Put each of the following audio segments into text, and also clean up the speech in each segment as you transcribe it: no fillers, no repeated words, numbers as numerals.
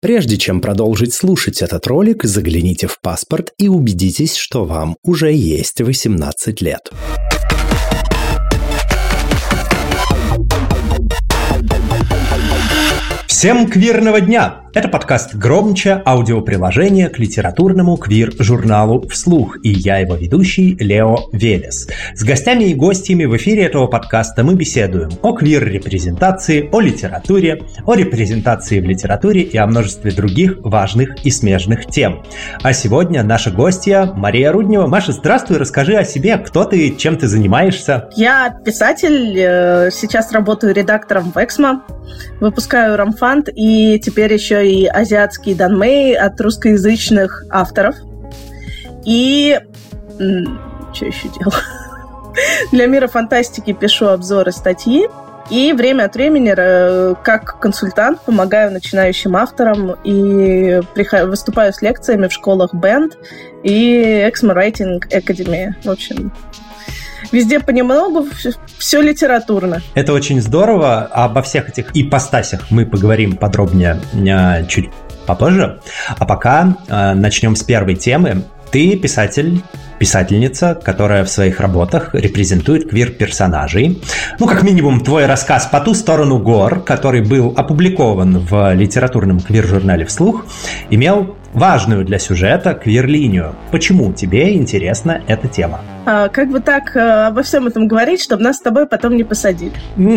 Прежде чем продолжить слушать этот ролик, загляните в паспорт и убедитесь, что вам уже есть 18 лет. Всем квирного дня! Это подкаст «Громче», аудиоприложение к литературному квир-журналу «Вслух», и я его ведущий Лео Велес. С гостями и гостями в эфире этого подкаста мы беседуем о квир-репрезентации, о литературе, о репрезентации в литературе и о множестве других важных и смежных тем. А сегодня наша гостья Мария Руднева. Маша, здравствуй, расскажи о себе, кто ты, чем ты занимаешься. Я писатель, сейчас работаю редактором в Эксмо, выпускаю ромфанд и теперь еще и азиатский данмэй от русскоязычных авторов. И... что еще делаю? Для мира фантастики пишу обзоры, статьи. И время от времени, как консультант, помогаю начинающим авторам и выступаю с лекциями в школах Band и Exmo Writing Academy. В общем, везде понемногу, все литературно. Это очень здорово. Обо всех этих ипостасях мы поговорим подробнее чуть попозже. А пока начнем с первой темы. Ты писательница, которая в своих работах репрезентует квир-персонажей. Ну, как минимум, твой рассказ «По ту сторону гор», который был опубликован в литературном квир-журнале «Вслух», имел важную для сюжета квир-линию. Почему тебе интересна эта тема? Как бы так обо всем этом говорить, чтобы нас с тобой потом не посадили? Ну,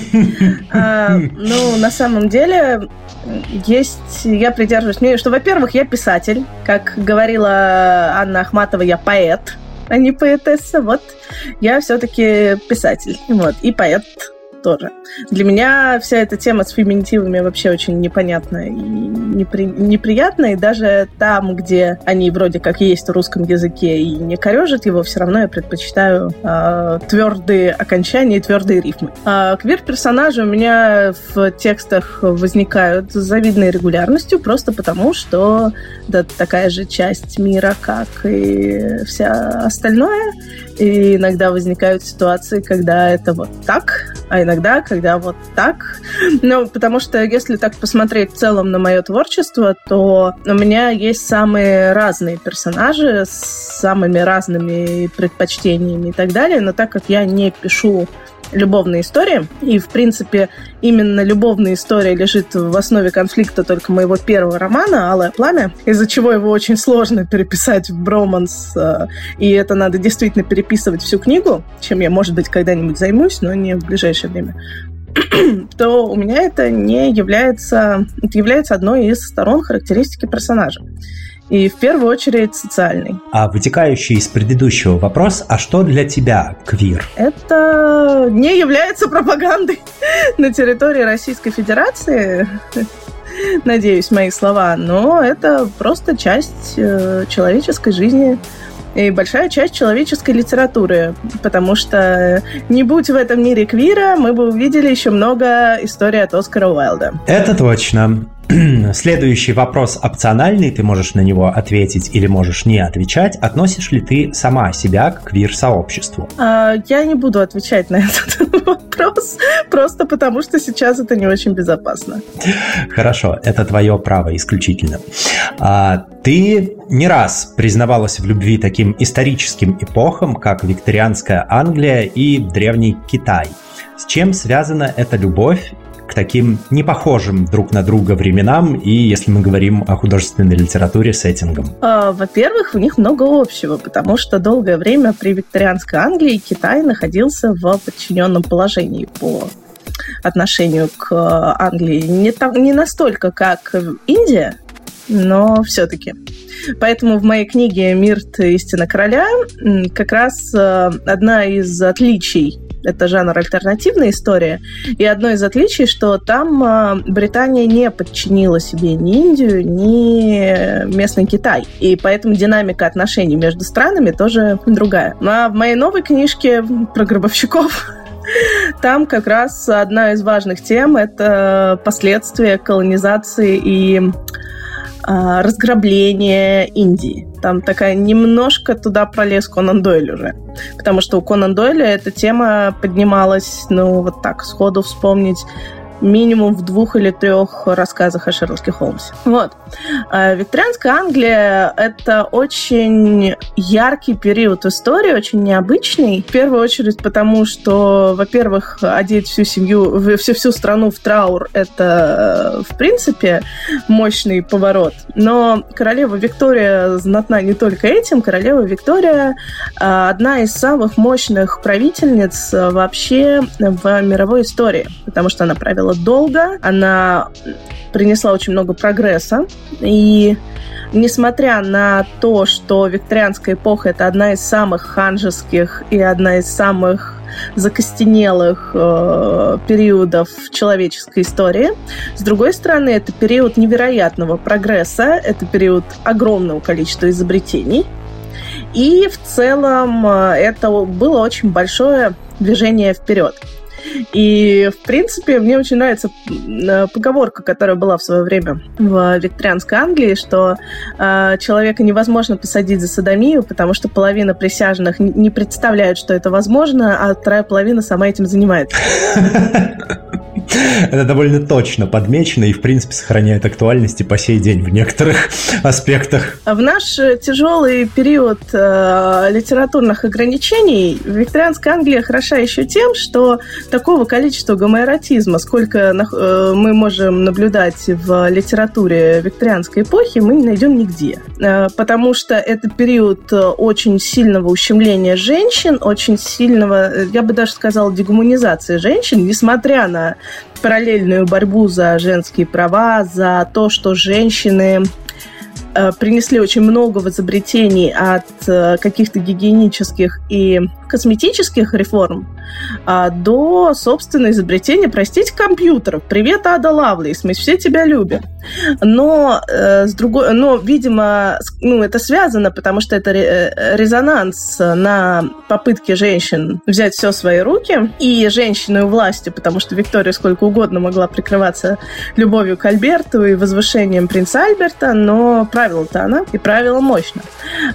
на самом деле, я придерживаюсь мнения, что, во-первых, я писатель. Как говорила Анна Ахматова, я поэт, а не поэтесса. Вот, я все-таки писатель. Вот, и поэт тоже. Для меня вся эта тема с феминитивами вообще очень непонятна и неприятна, и даже там, где они вроде как есть в русском языке и не корежат его, все равно я предпочитаю твердые окончания и твердые рифмы. Квир-персонажи у меня в текстах возникают с завидной регулярностью, просто потому, что это такая же часть мира, как и вся остальное, и иногда возникают ситуации, когда это вот так, а иногда, когда вот так. Ну, потому что если так посмотреть в целом на мое творчество, то у меня есть самые разные персонажи с самыми разными предпочтениями и так далее, но так как я не пишу любовные истории, и, в принципе, именно любовная история лежит в основе конфликта только моего первого романа «Алое пламя», из-за чего его очень сложно переписать в броманс, и это надо действительно переписывать всю книгу, чем я, может быть, когда-нибудь займусь, но не в ближайшее время, то у меня это является одной из сторон характеристики персонажа. И в первую очередь социальный. А вытекающий из предыдущего вопрос, а что для тебя квир? Это не является пропагандой на территории Российской Федерации, надеюсь, мои слова, но это просто часть человеческой жизни и большая часть человеческой литературы, потому что не будь в этом мире квира, мы бы увидели еще много историй от Оскара Уайльда. Это точно. Следующий вопрос опциональный, ты можешь на него ответить или можешь не отвечать. Относишь ли ты сама себя к квир-сообществу? Я не буду отвечать на этот вопрос, просто потому что сейчас это не очень безопасно. Хорошо, это твое право исключительно. Ты не раз признавалась в любви таким историческим эпохам, как викторианская Англия и древний Китай. С чем связана эта любовь к таким непохожим друг на друга временам и, если мы говорим о художественной литературе, сеттингам? Во-первых, у них много общего, потому что долгое время при викторианской Англии Китай находился в подчиненном положении по отношению к Англии. Не настолько, как Индия, но все-таки. Поэтому в моей книге «Мирт. Истина короля» как раз одна из отличий — это жанр альтернативная история. И одно из отличий, что там Британия не подчинила себе ни Индию, ни местный Китай. И поэтому динамика отношений между странами тоже другая. А в моей новой книжке про гробовщиков там как раз одна из важных тем — это последствия колонизации и разграбления Индии. Там такая немножко туда пролез Конан Дойль уже. Потому что у Конан Дойля эта тема поднималась, вот так, сходу вспомнить минимум в 2 или 3 рассказах о Шерлоке Холмсе. Вот. Викторианская Англия – это очень яркий период в истории, очень необычный. В первую очередь потому, что, во-первых, одеть всю семью, всю страну в траур – это, в принципе, мощный поворот. Но королева Виктория знатна не только этим. Королева Виктория – одна из самых мощных правительниц вообще в мировой истории, потому что она правила долго, она принесла очень много прогресса, и несмотря на то, что викторианская эпоха – это одна из самых ханжеских и одна из самых закостенелых периодов человеческой истории, с другой стороны, это период невероятного прогресса, это период огромного количества изобретений, и в целом это было очень большое движение вперед. И, в принципе, мне очень нравится поговорка, которая была в свое время в викторианской Англии, что человека невозможно посадить за содомию, потому что половина присяжных не представляют, что это возможно, а вторая половина сама этим занимается. Это довольно точно подмечено и, в принципе, сохраняет актуальность и по сей день в некоторых аспектах. В наш тяжелый период литературных ограничений викторианская Англия хороша еще тем, что такого количества гомоэротизма, сколько мы можем наблюдать в литературе викторианской эпохи, мы не найдем нигде. Потому что это период очень сильного ущемления женщин, очень сильного, я бы даже сказала, дегуманизации женщин, несмотря на параллельную борьбу за женские права, за то, что женщины принесли очень много изобретений от каких-то гигиенических и косметических реформ до, собственно, изобретения, простите, компьютеров. Привет, Ада Лавлейс, мы все тебя любим. Но, видимо, это связано, потому что это резонанс на попытки женщин взять все в свои руки, и женщины у власти, потому что Виктория сколько угодно могла прикрываться любовью к Альберту и возвышением принца Альберта, но правила-то она, и правила мощно.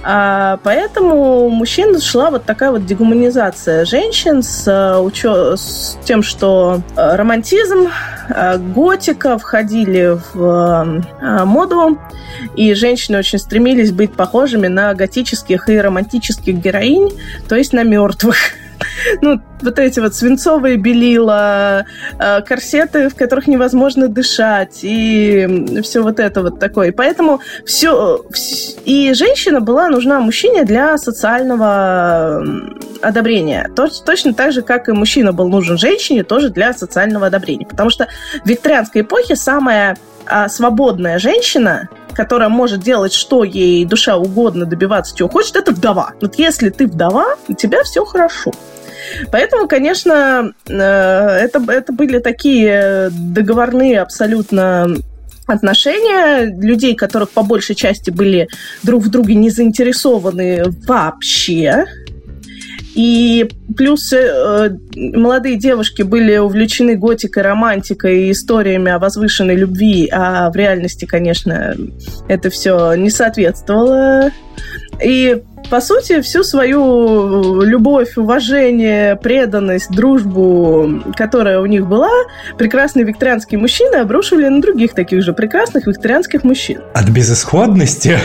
Поэтому у мужчин шла вот такая вот дегуманизация женщин с тем, что романтизм, готика входили в моду, и женщины очень стремились быть похожими на готических и романтических героинь, то есть на мертвых. Вот эти вот свинцовые белила, корсеты, в которых невозможно дышать, и все вот это вот такое. И поэтому и женщина была нужна мужчине для социального одобрения. Точно так же, как и мужчина был нужен женщине, тоже для социального одобрения. Потому что в викторианской эпохе самая свободная женщина, которая может делать, что ей душа угодно, добиваться, чего хочет, это вдова. Вот если ты вдова, у тебя все хорошо. Поэтому, конечно, это были такие договорные абсолютно отношения людей, которых по большей части были друг в друге не заинтересованы вообще. И плюс молодые девушки были увлечены готикой, романтикой и историями о возвышенной любви, а в реальности, конечно, это все не соответствовало. И, по сути, всю свою любовь, уважение, преданность, дружбу, которая у них была, прекрасные викторианские мужчины обрушивали на других таких же прекрасных викторианских мужчин. От безысходности...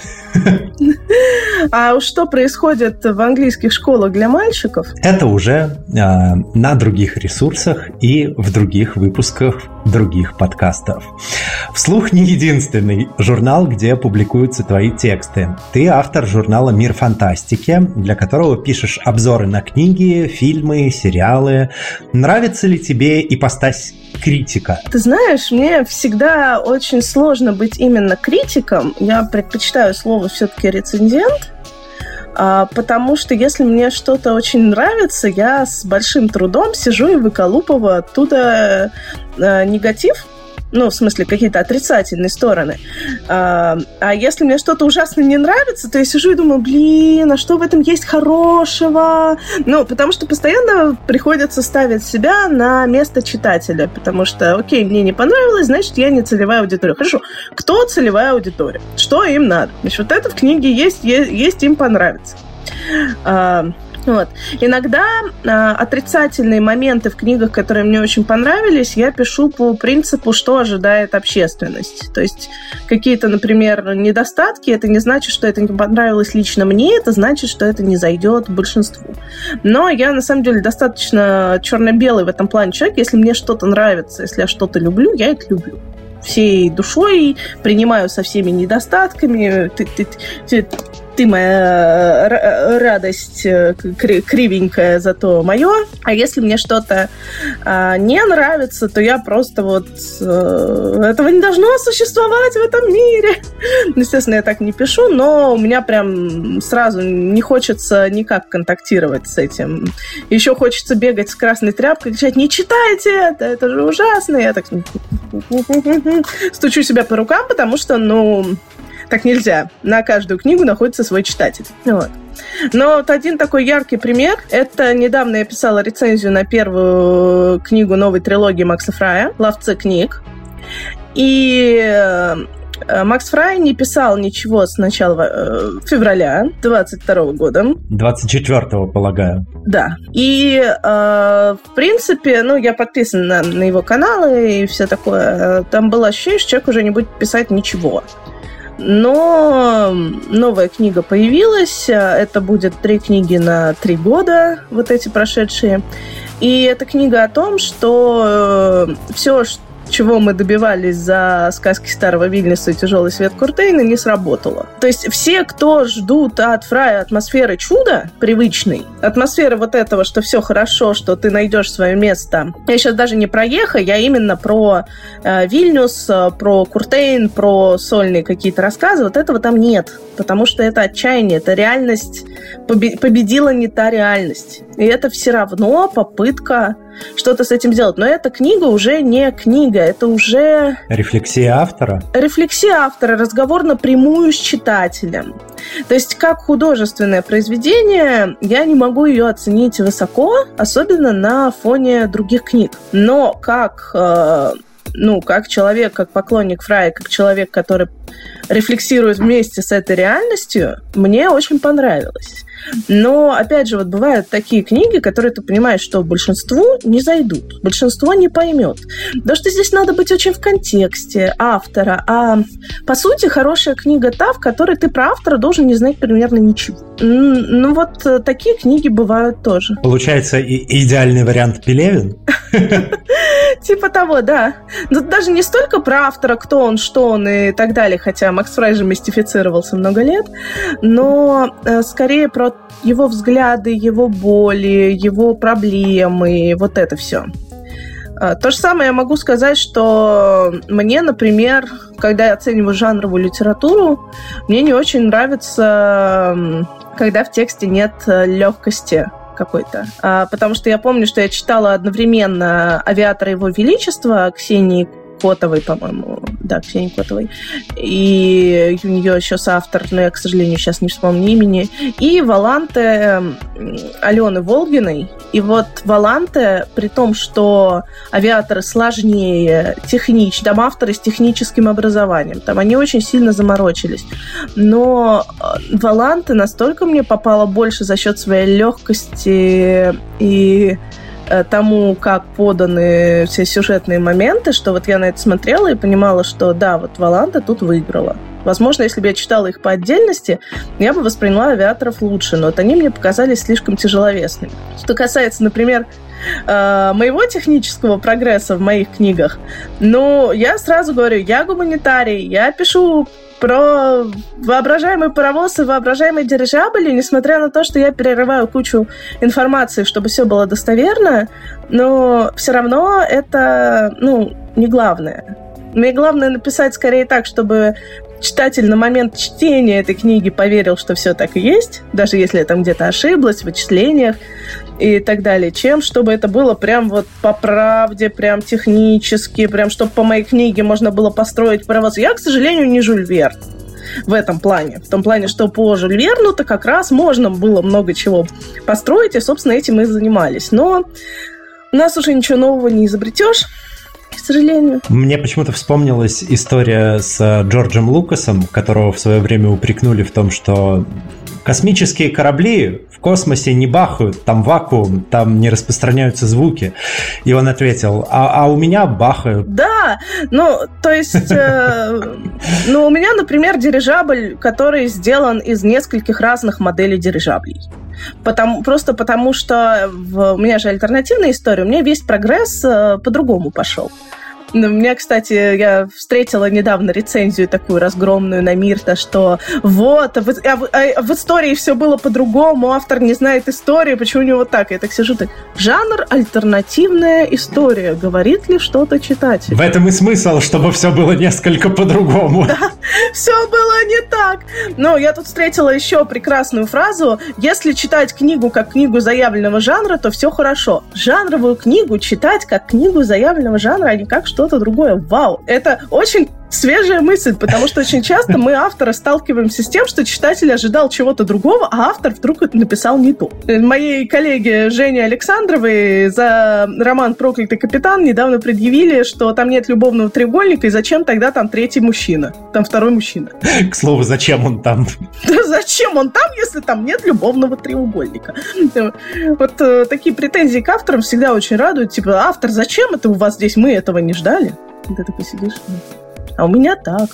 А что происходит в английских школах для мальчиков? Это уже на других ресурсах и в других выпусках других подкастов. «Вслух» не единственный журнал, где публикуются твои тексты. Ты автор журнала «Мир фантастики», для которого пишешь обзоры на книги, фильмы, сериалы. Нравится ли тебе ипостась критика? Ты знаешь, мне всегда очень сложно быть именно критиком. Я предпочитаю слово все-таки рецензент, потому что если мне что-то очень нравится, я с большим трудом сижу и выколупываю оттуда негатив, в смысле, какие-то отрицательные стороны. А если мне что-то ужасно не нравится, то я сижу и думаю, а что в этом есть хорошего? Потому что постоянно приходится ставить себя на место читателя, потому что, окей, мне не понравилось, значит, я не целевая аудитория. Хорошо, кто целевая аудитория? Что им надо? Значит, вот это в книге есть им понравится. Вот. Иногда отрицательные моменты в книгах, которые мне очень понравились, я пишу по принципу, что ожидает общественность. То есть какие-то, например, недостатки, это не значит, что это не понравилось лично мне, это значит, что это не зайдет большинству. Но я, на самом деле, достаточно черно-белый в этом плане человек. Если мне что-то нравится, если я что-то люблю, я это люблю. Всей душой, принимаю со всеми недостатками. Ты моя радость кривенькая, зато мое. А если мне что-то не нравится, то я просто этого не должно существовать в этом мире. Естественно, я так не пишу, но у меня прям сразу не хочется никак контактировать с этим. Еще хочется бегать с красной тряпкой и кричать: не читайте это же ужасно. Я так стучу себя по рукам, потому что, так нельзя. На каждую книгу находится свой читатель. Вот. Но вот один такой яркий пример. Это недавно я писала рецензию на первую книгу новой трилогии Макса Фрая «Ловцы книг». И Макс Фрай не писал ничего с начала февраля 22 года. 24-го, полагаю. Да. И, в принципе, я подписана на его каналы и все такое. Там было ощущение, что человек уже не будет писать ничего. Но новая книга появилась. Это будет 3 книги на 3 года, вот эти прошедшие. И это книга о том, что все, чего мы добивались за «Сказки Старого Вильнюса» и «Тяжелый свет Куртейна», не сработало. То есть все, кто ждут от Фрая атмосферы чуда привычной, атмосферы вот этого, что все хорошо, что ты найдешь свое место. Я сейчас даже не про Еха, я именно про Вильнюс, про Куртейн, про сольные какие-то рассказы. Вот этого там нет, потому что это отчаяние, это реальность, победила не та реальность. И это все равно попытка что-то с этим сделать. Но эта книга уже не книга, это уже... Рефлексия автора? Рефлексия автора, разговор напрямую с читателем. То есть, как художественное произведение, я не могу ее оценить высоко, особенно на фоне других книг. Но как человек, как поклонник Фрая, как человек, который рефлексирует вместе с этой реальностью, мне очень понравилось. Но, опять же, бывают такие книги, которые ты понимаешь, что большинству не зайдут, большинство не поймет. Потому что здесь надо быть очень в контексте автора. А, по сути, хорошая книга та, в которой ты про автора должен не знать примерно ничего. Такие книги бывают тоже. Получается, идеальный вариант Пелевин? Типа того, да. Даже не столько про автора, кто он, что он и так далее, хотя Макс Фрай же мистифицировался много лет, но скорее про его взгляды, его боли, его проблемы, вот это все. То же самое я могу сказать, что мне, например, когда я оцениваю жанровую литературу, мне не очень нравится, когда в тексте нет легкости какой-то. Потому что я помню, что я читала одновременно «Авиатора Его Величества» Ксении Котовой, по-моему. Да, Ксении Котовой. И у нее еще соавтор, но я, к сожалению, сейчас не вспомню имени. И «Воланте» Алены Волгиной. И вот «Воланте», при том, что «Авиаторы» сложнее, там авторы с техническим образованием. Там они очень сильно заморочились. Но «Воланте» настолько мне попало больше за счет своей легкости и тому, как поданы все сюжетные моменты, что я на это смотрела и понимала, что да, «Воланте» тут выиграла. Возможно, если бы я читала их по отдельности, я бы восприняла «Авиаторов» лучше, но они мне показались слишком тяжеловесными. Что касается, например, моего технического прогресса в моих книгах, я сразу говорю, я гуманитарий, я пишу про воображаемый паровоз и воображаемый дирижабль, и несмотря на то, что я перерываю кучу информации, чтобы все было достоверно, но все равно это, не главное. Мне главное написать скорее так, чтобы читатель на момент чтения этой книги поверил, что все так и есть, даже если я там где-то ошиблась в вычислениях и так далее, чем чтобы это было прям по правде, прям технически, прям чтобы по моей книге можно было построить паровоз. Я, к сожалению, не Жюль Верн в этом плане. В том плане, что по Жюль Верну-то как раз можно было много чего построить, и, собственно, этим мы и занимались. Но у нас уже ничего нового не изобретешь. сожалению. Мне почему-то вспомнилась история с Джорджем Лукасом, которого в свое время упрекнули в том, что космические корабли в космосе не бахают, там вакуум, там не распространяются звуки. И он ответил, а у меня бахают. Да, то есть, у меня, например, дирижабль, который сделан из нескольких разных моделей дирижаблей. Просто потому, что у меня же альтернативная история, у меня весь прогресс по-другому пошел. У меня, кстати, я встретила недавно рецензию такую разгромную на Мирта, что вот, в истории все было по-другому, автор не знает истории, почему у него так? Я так сижу, жанр альтернативная история, говорит ли что-то читатель? В этом и смысл, чтобы все было несколько по-другому. Да, все было не так. Но я тут встретила еще прекрасную фразу: если читать книгу как книгу заявленного жанра, то все хорошо. Жанровую книгу читать как книгу заявленного жанра, а не как что-то другое. Вау! Это очень свежая мысль, потому что очень часто мы, авторы, сталкиваемся с тем, что читатель ожидал чего-то другого, а автор вдруг написал не то. Моей коллеге Жене Александровой за роман «Проклятый капитан» недавно предъявили, что там нет любовного треугольника, и зачем тогда там третий мужчина? Там второй мужчина. К слову, зачем он там? Да зачем он там, если там нет любовного треугольника? Вот такие претензии к авторам всегда очень радуют. Типа, автор, зачем это у вас здесь? Мы этого не ждали. Ты такой сидишь... А у меня так.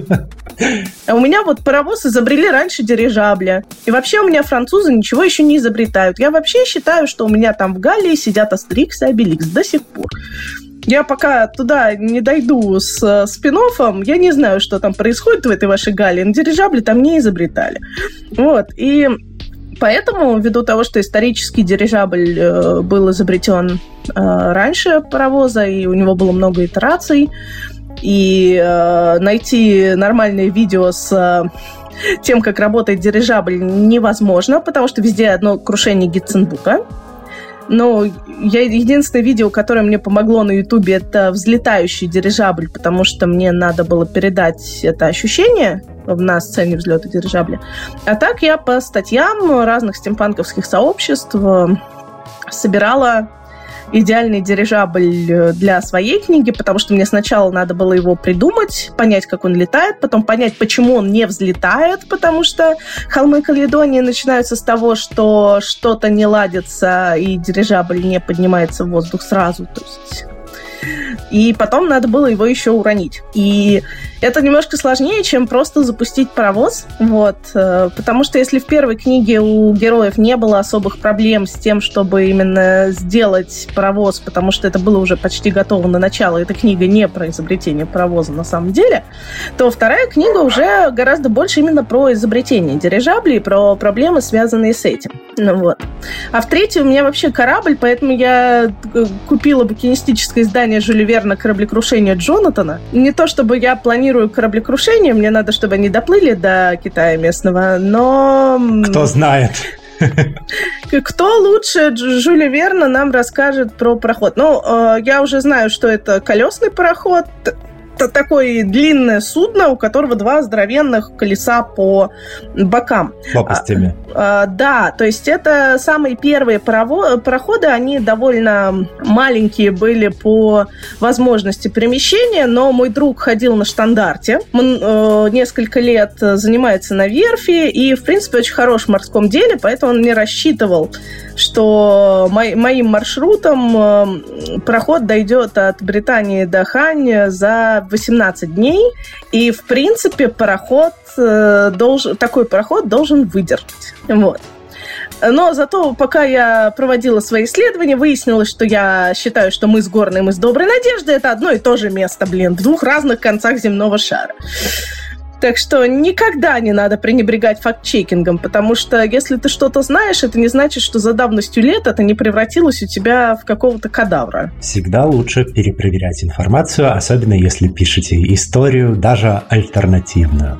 А у меня вот паровоз изобрели раньше дирижабля. И вообще у меня французы ничего еще не изобретают. Я вообще считаю, что у меня там в Галлии сидят Астерикс и Обеликс до сих пор. Я пока туда не дойду с спин-оффом, я не знаю, что там происходит в этой вашей Галлии, но дирижабли там не изобретали. Вот, и... Поэтому, ввиду того, что исторический дирижабль был изобретен раньше паровоза, и у него было много итераций, и найти нормальное видео с тем, как работает дирижабль, невозможно, потому что везде одно крушение Гитценбука. Но единственное видео, которое мне помогло на Ютубе, это взлетающий дирижабль, потому что мне надо было передать это ощущение на сцене взлета дирижабля. А так я по статьям разных стимпанковских сообществ собирала идеальный дирижабль для своей книги, потому что мне сначала надо было его придумать, понять, как он летает, потом понять, почему он не взлетает, потому что «Холмы Каледонии» начинаются с того, что что-то не ладится, и дирижабль не поднимается в воздух сразу. То есть... И потом надо было его еще уронить. И это немножко сложнее, чем просто запустить паровоз. Вот. Потому что если в первой книге у героев не было особых проблем с тем, чтобы именно сделать паровоз, потому что это было уже почти готово на начало, эта книга не про изобретение паровоза на самом деле, то вторая книга уже гораздо больше именно про изобретение дирижаблей, про проблемы, связанные с этим. Вот. А в третьей у меня вообще корабль, поэтому я купила букинистическое издание Жюля Верна «Кораблекрушение Джонатана». Не то чтобы я планирую кораблекрушение, мне надо, чтобы они доплыли до Китая местного, но... Кто знает. Кто лучше Жюля Верна нам расскажет про пароход? Ну, я уже знаю, что это колесный пароход. Это такое длинное судно, у которого два здоровенных колеса по бокам. Лопастями. Да, то есть это самые первые пароходы, они довольно маленькие были по возможности перемещения, но мой друг ходил на штандарте, он несколько лет занимается на верфи и, в принципе, очень хорош в морском деле, поэтому он не рассчитывал, что моим маршрутом пароход дойдет от Британии до Хань за 18 дней, и, в принципе, такой пароход должен выдержать. Вот. Но зато, пока я проводила свои исследования, выяснилось, что я считаю, что мыс Горный и мыс Доброй Надежды – это одно и то же место, в двух разных концах земного шара. Так что никогда не надо пренебрегать факт-чекингом, потому что если ты что-то знаешь, это не значит, что за давностью лет это не превратилось у тебя в какого-то кадавра. Всегда лучше перепроверять информацию, особенно если пишете историю, даже альтернативную.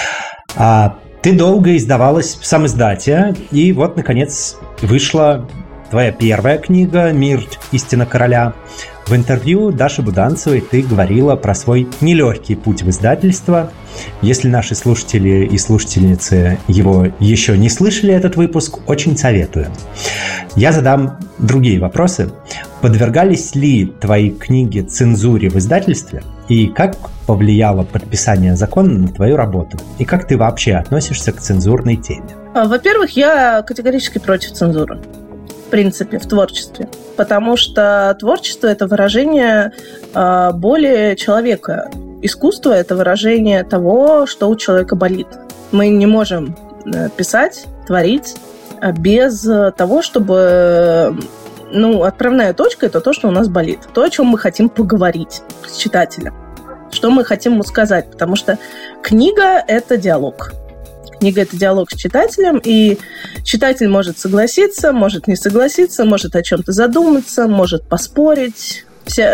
Ты долго издавалась в самиздате, и вот, наконец, вышла твоя первая книга «Мирт. Истина короля». В интервью Даши Буданцевой ты говорила про свой нелегкий путь в издательство. Если наши слушатели и слушательницы его еще не слышали, этот выпуск, очень советую. Я задам другие вопросы. Подвергались ли твои книги цензуре в издательстве? И как повлияло подписание закона на твою работу? И как ты вообще относишься к цензурной теме? Во-первых, я категорически против цензуры. В принципе, в творчестве. Потому что творчество – это выражение боли человека. Искусство – это выражение того, что у человека болит. Мы не можем писать, творить без того, чтобы... отправная точка – это то, что у нас болит. То, о чем мы хотим поговорить с читателем. Что мы хотим ему сказать. Потому что книга – это диалог. Книга – это диалог с читателем, и читатель может согласиться, может не согласиться, может о чем-то задуматься, может поспорить.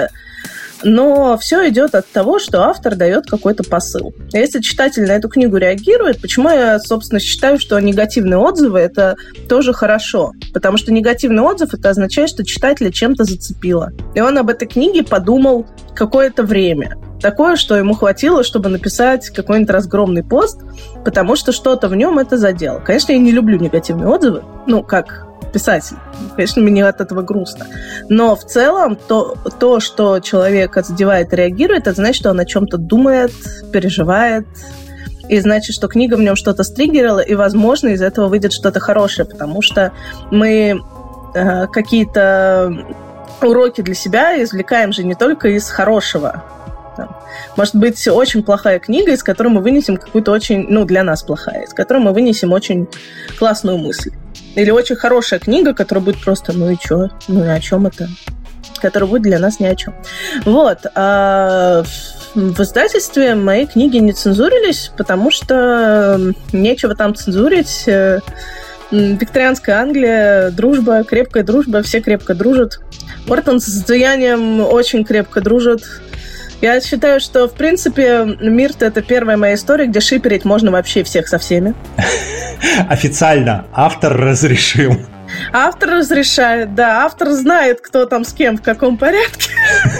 Но все идет от того, что автор дает какой-то посыл. Если читатель на эту книгу реагирует, почему я, собственно, считаю, что негативные отзывы – это тоже хорошо? Потому что негативный отзыв – это означает, что читателя чем-то зацепило. И он об этой книге подумал какое-то время. Такое, что ему хватило, чтобы написать какой-нибудь разгромный пост, потому что что-то в нем это задело. Конечно, я не люблю негативные отзывы, как писатель. Конечно, мне от этого грустно. Но в целом то, что человек задевает и реагирует, это значит, что он о чем-то думает, переживает, и значит, что книга в нем что-то стриггерила, и, возможно, из этого выйдет что-то хорошее, потому что мы какие-то уроки для себя извлекаем же не только из хорошего. Может быть, очень плохая книга, из которой мы вынесем какую-то очень, для нас плохая, из которой мы вынесем очень классную мысль. Или очень хорошая книга, которая будет просто, и что? И о чем это? Которая будет для нас ни о чем. Вот. А в издательстве мои книги не цензурились, потому что нечего там цензурить. Викторианская Англия, дружба, крепкая дружба, все крепко дружат. Уортон с Деянием очень крепко дружат. Я считаю, что, в принципе, Мирт — это первая моя история, где шиперить можно вообще всех со всеми. Официально автор разрешил. Автор разрешает, да. Автор знает, кто там с кем, в каком порядке.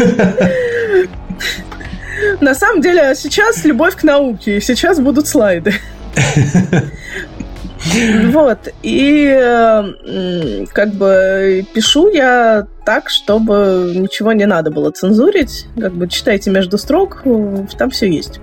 На самом деле, сейчас любовь к науке, и сейчас будут слайды. Вот. И пишу я так, чтобы ничего не надо было цензурить. Читайте между строк, там все есть.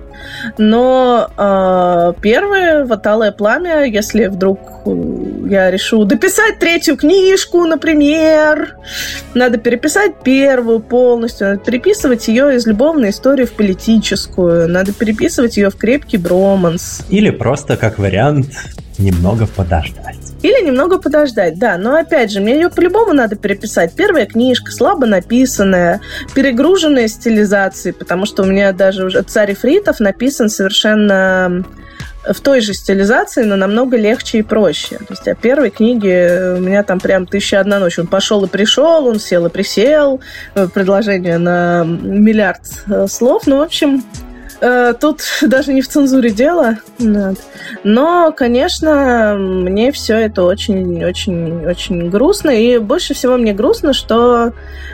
Но первое, вот «Алое пламя», если вдруг я решу дописать 3-ю книжку, например, надо переписать 1-ю полностью, надо переписывать ее из любовной истории в политическую, надо переписывать ее в крепкий броманс. Или просто, как вариант, немного подождать. Или немного подождать, да. Но, опять же, мне ее по-любому надо переписать. Первая книжка, слабо написанная, перегруженная стилизацией, потому что у меня даже уже «Царь Ифритов» написан совершенно в той же стилизации, но намного легче и проще. То есть, о первой книге у меня там прям 1001 ночь. Он пошел и пришел, он сел и присел, предложение на миллиард слов. В общем... Тут даже не в цензуре дело. Но, конечно, мне все это очень-очень-очень грустно. И больше всего мне грустно, что,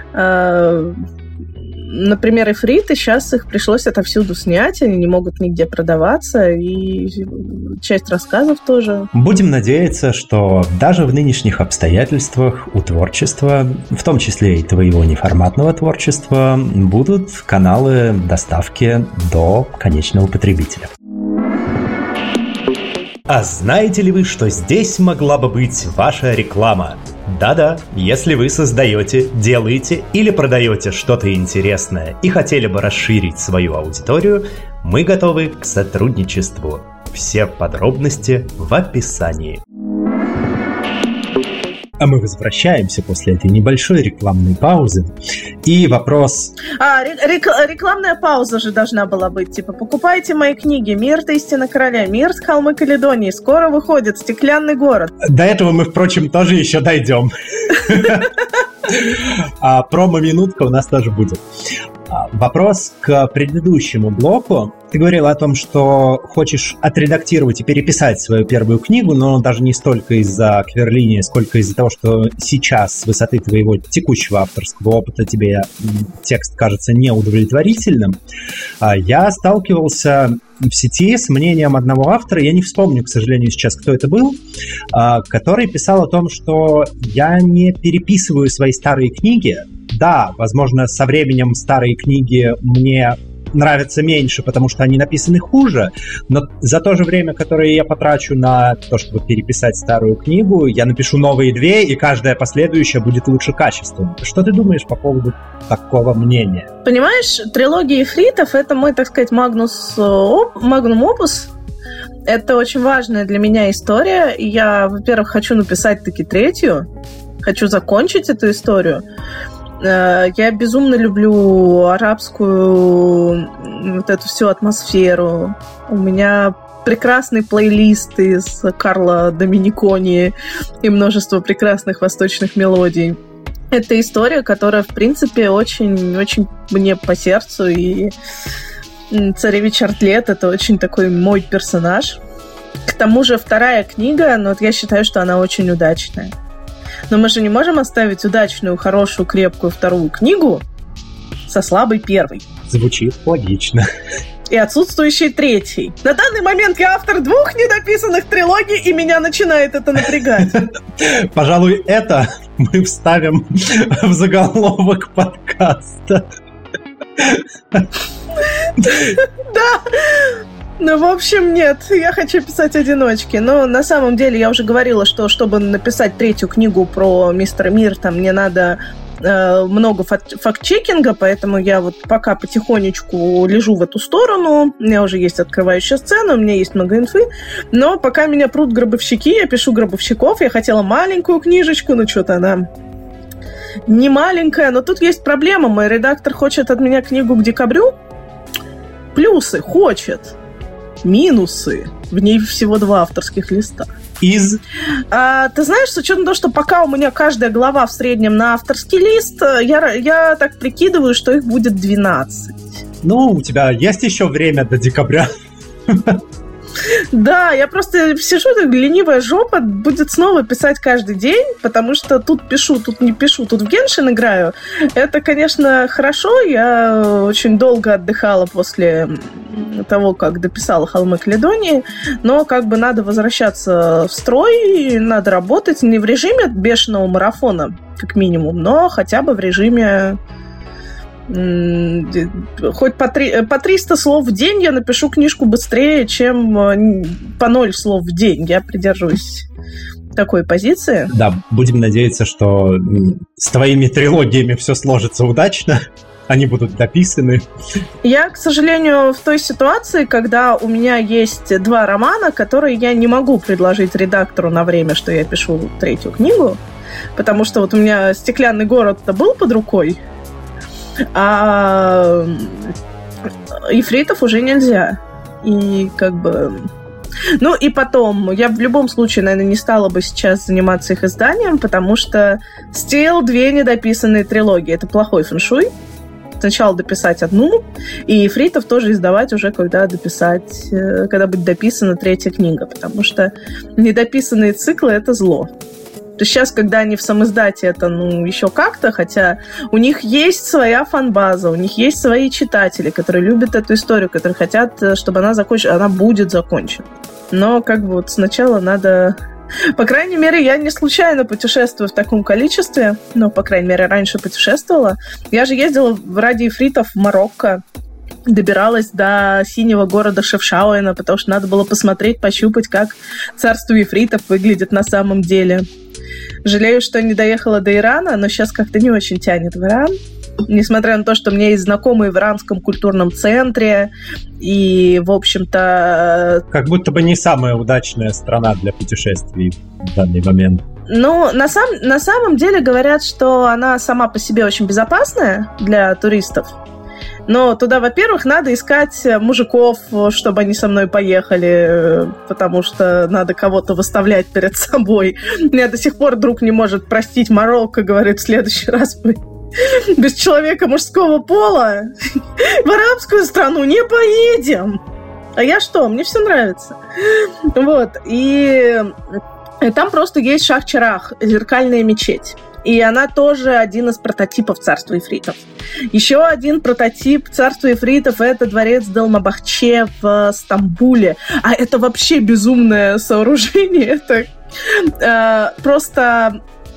например, «Ифриты», сейчас их пришлось отовсюду снять, они не могут нигде продаваться, и часть рассказов тоже. Будем надеяться, что даже в нынешних обстоятельствах у творчества, в том числе и твоего неформатного творчества, будут каналы доставки до конечного потребителя. А знаете ли вы, что здесь могла бы быть ваша реклама? Да-да, если вы создаете, делаете или продаете что-то интересное и хотели бы расширить свою аудиторию, мы готовы к сотрудничеству. Все подробности в описании. А мы возвращаемся после этой небольшой рекламной паузы. И вопрос... Рекламная пауза же должна была быть. Покупайте мои книги «Мирт. Истина короля», «Мирт. Холмы Каледонии». Скоро выходит «Стеклянный город». До этого мы, впрочем, тоже еще дойдем. А промо-минутка у нас тоже будет. Вопрос к предыдущему блоку. Ты говорил о том, что хочешь отредактировать и переписать свою первую книгу, но даже не столько из-за кверления, сколько из-за того, что сейчас с высоты твоего текущего авторского опыта тебе текст кажется неудовлетворительным. Я сталкивался в сети с мнением одного автора, я не вспомню, к сожалению, сейчас, кто это был, который писал о том, что я не переписываю свои старые книги, да, возможно, со временем старые книги мне нравятся меньше, потому что они написаны хуже, но за то же время, которое я потрачу на то, чтобы переписать старую книгу, я напишу новые 2, и каждая последующая будет лучше качеством. Что ты думаешь по поводу такого мнения? Понимаешь, трилогия Ифритов — это мой, так сказать, магнум опус. Это очень важная для меня история, и я, во-первых, хочу написать таки 3-ю, хочу закончить эту историю. Я безумно люблю арабскую вот эту всю атмосферу. У меня прекрасный плейлист из Карло Доминикони и множество прекрасных восточных мелодий. Это история, которая, в принципе, очень-очень мне по сердцу, и царевич Артлет — это очень такой мой персонаж. К тому же 2-я книга, но вот я считаю, что она очень удачная. Но мы же не можем оставить удачную, хорошую, крепкую 2-ю книгу со слабой 1-й. Звучит логично. И отсутствующей 3-й. На данный момент я автор 2 недописанных трилогий, и меня начинает это напрягать. Пожалуй, это мы вставим в заголовок подкаста. Да. Ну, в общем, нет, я хочу писать одиночки. Но на самом деле я уже говорила, что чтобы написать 3-ю книгу про Мистера Мир, там мне надо много факт-чекинга, поэтому я вот пока потихонечку лежу в эту сторону. У меня уже есть открывающая сцена, у меня есть много инфы. Но пока меня прут гробовщики, я пишу гробовщиков. Я хотела маленькую книжечку, но что-то она не маленькая. Но тут есть проблема. Мой редактор хочет от меня книгу к декабрю. Плюсы хочет. Минусы. В ней всего 2 авторских листа. Ты знаешь, с учетом того, что пока у меня каждая глава в среднем на авторский лист, я так прикидываю, что их будет 12. Ну, у тебя есть еще время до декабря. Да, я просто сижу, так ленивая жопа, будет снова писать каждый день, потому что тут пишу, тут не пишу, тут в Геншин играю. Это, конечно, хорошо, я очень долго отдыхала после того, как дописала «Холмы Каледонии», но как бы надо возвращаться в строй, надо работать не в режиме бешеного марафона, как минимум, но хотя бы в режиме хоть по 300 слов в день я напишу книжку быстрее, чем по 0 слов в день. Я придерживаюсь такой позиции. Да, будем надеяться, что с твоими трилогиями все сложится удачно. Они будут дописаны. Я, к сожалению, в той ситуации, когда у меня есть 2 романа, которые я не могу предложить редактору на время, что я пишу 3-ю книгу, потому что вот у меня «Стеклянный город»-то был под рукой, а Ифритов уже нельзя. И как бы... Ну и потом, я в любом случае, наверное, не стала бы сейчас заниматься их изданием, потому что still 2 недописанные трилогии. Это плохой фэншуй. Сначала дописать 1, и Ифритов тоже издавать уже, когда будет дописана 3-я книга, потому что недописанные циклы — это зло. То есть сейчас, когда они в самиздате, это, еще как-то, хотя у них есть своя фан-база, у них есть свои читатели, которые любят эту историю, которые хотят, чтобы она закончилась, она будет закончена. Но как бы вот сначала надо... По крайней мере, я не случайно путешествую в таком количестве, но, по крайней мере, раньше путешествовала. Я же ездила ради Ифритов в Марокко, добиралась до синего города Шефшауэна, потому что надо было посмотреть, пощупать, как царство Ифритов выглядит на самом деле. Жалею, что не доехала до Ирана, но сейчас как-то не очень тянет в Иран. Несмотря на то, что у меня есть знакомые в иранском культурном центре, и, в общем-то... Как будто бы не самая удачная страна для путешествий в данный момент. Ну, на самом деле говорят, что она сама по себе очень безопасная для туристов. Но туда, во-первых, надо искать мужиков, чтобы они со мной поехали, потому что надо кого-то выставлять перед собой. Меня до сих пор друг не может простить Марокко, говорит, в следующий раз мы без человека мужского пола в арабскую страну не поедем. А я что? Мне все нравится. Вот. И там просто есть Шах-Чарах, зеркальная мечеть. И она тоже один из прототипов царства Ифритов. Еще один прототип царства Ифритов — это дворец Долмабахче в Стамбуле. А это вообще безумное сооружение. Это просто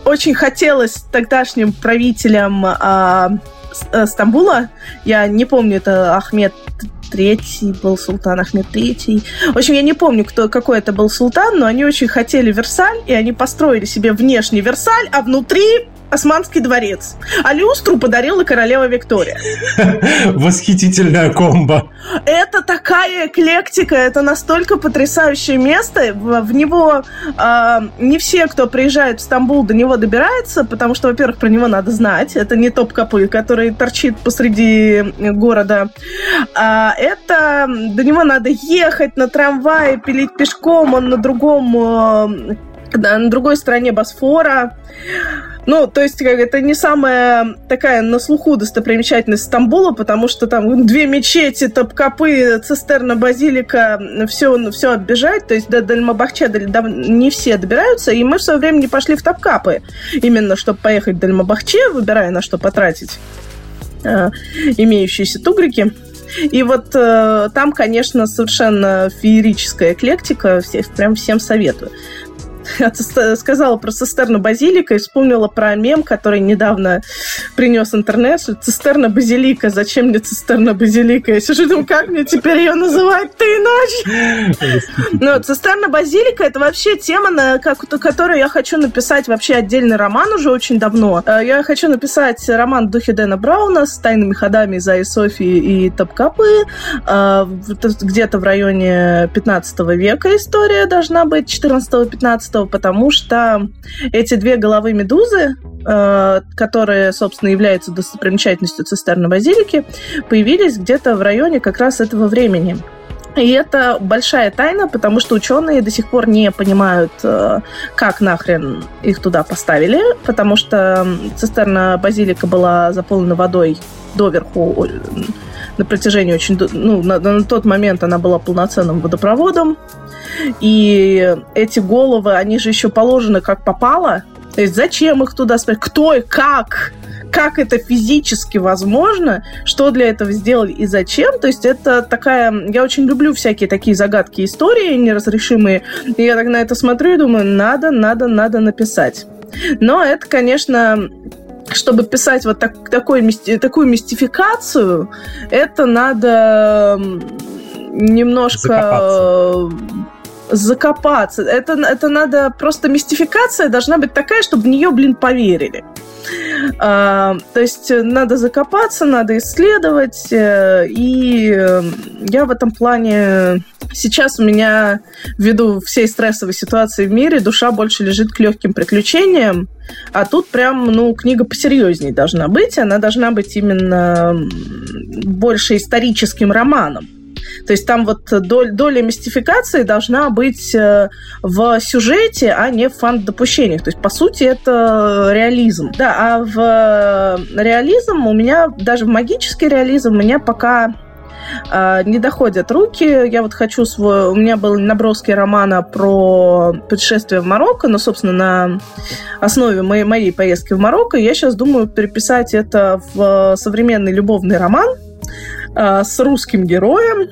очень хотелось тогдашним правителям Стамбула, я не помню, это Ахмед III был султан, Ахмед III. В общем, я не помню, какой это был султан, но они очень хотели Версаль, и они построили себе внешний Версаль, а внутри Османский дворец. А люстру подарила королева Виктория. Восхитительная комбо. Это такая эклектика, это настолько потрясающее место. В него не все, кто приезжает в Стамбул, до него добирается, потому что, во-первых, про него надо знать. Это не Топкапы, который торчит посреди города. Это до него надо ехать на трамвае, пилить пешком, он на другой стороне Босфора. Ну, то есть, это не самая такая на слуху достопримечательность Стамбула, потому что там 2 мечети, Топкапы, цистерна, базилика, все оббежать. То есть до Дальмабахче не все добираются, и мы в свое время не пошли в Топкапы, именно чтобы поехать в Дальмабахче, выбирая на что потратить имеющиеся тугрики. И вот там, конечно, совершенно феерическая эклектика, прям всем советую. Я сказала про цистерну базилика и вспомнила про мем, который недавно принес интернет, что цистерна базилика, зачем мне цистерна базилика? Я сижу и думаю, как мне теперь ее называть-то иначе? Но цистерна базилика — это вообще тема, на которую я хочу написать вообще отдельный роман уже очень давно. Я хочу написать роман в духе Дэна Брауна с тайными ходами Заи Софии и Топкапы. Где-то в районе 15 века история должна быть, 14-15, потому что эти 2 головы медузы, которые, собственно, являются достопримечательностью цистерны базилики, появились где-то в районе как раз этого времени. И это большая тайна, потому что ученые до сих пор не понимают, как нахрен их туда поставили, потому что цистерна базилика была заполнена водой доверху на протяжении очень... Ну, на тот момент она была полноценным водопроводом. И эти головы, они же еще положены как попало. То есть зачем их туда ставить? Кто и как? Как это физически возможно? Что для этого сделали и зачем? То есть это такая... Я очень люблю всякие такие загадки истории неразрешимые. И я так на это смотрю и думаю, надо написать. Но это, конечно... Чтобы писать вот такую мистификацию, это надо немножко закопаться. Это надо... Просто мистификация должна быть такая, чтобы в нее, поверили. То есть надо закопаться, надо исследовать. И я в этом плане... Сейчас у меня, ввиду всей стрессовой ситуации в мире, душа больше лежит к легким приключениям. А тут прям, книга посерьезней должна быть. Она должна быть именно больше историческим романом. То есть там вот доля мистификации должна быть в сюжете, а не в фан-допущениях. То есть, по сути, это реализм. Да, а в реализм у меня, даже в магический реализм, у меня пока не доходят руки. Я вот хочу у меня был наброски романа про путешествие в Марокко, но, собственно, на основе моей поездки в Марокко я сейчас думаю переписать это в современный любовный роман с русским героем,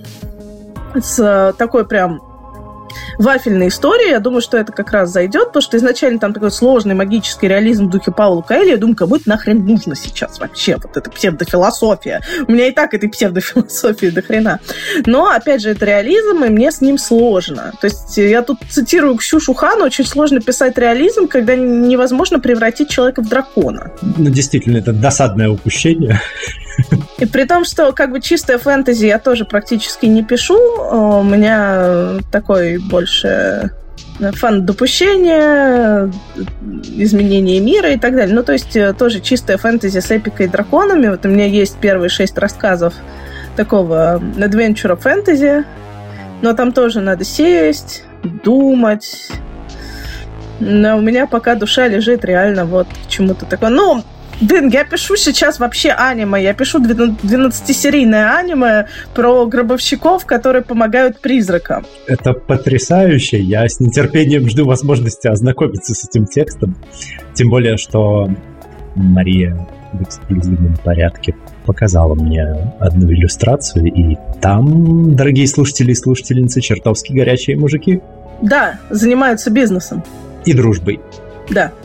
с такой прям вафельной историей. Я думаю, что это как раз зайдет, потому что изначально там такой сложный магический реализм в духе Паула Коэльо. Я думаю, кому это нахрен нужно сейчас вообще? Вот эта псевдофилософия. У меня и так этой псевдофилософии до хрена. Но, опять же, это реализм, и мне с ним сложно. То есть я тут цитирую Ксюшу Хану, очень сложно писать реализм, когда невозможно превратить человека в дракона. Действительно, это досадное упущение. И при том, что чистое фэнтези я тоже практически не пишу. У меня такой больше фан-допущение, изменение мира и так далее. То есть тоже чистое фэнтези с эпикой и драконами. Вот у меня есть первые 6 рассказов такого adventure фэнтези, но там тоже надо сесть, думать. Но у меня пока душа лежит реально вот к чему-то такому. Я пишу сейчас вообще аниме. Я пишу 12-серийное аниме про гробовщиков, которые помогают призракам. Это потрясающе. Я с нетерпением жду возможности ознакомиться с этим текстом. Тем более, что Мария в эксклюзивном порядке показала мне одну иллюстрацию, и там, дорогие слушатели и слушательницы, чертовски горячие мужики. Да, занимаются бизнесом. И дружбой. Да.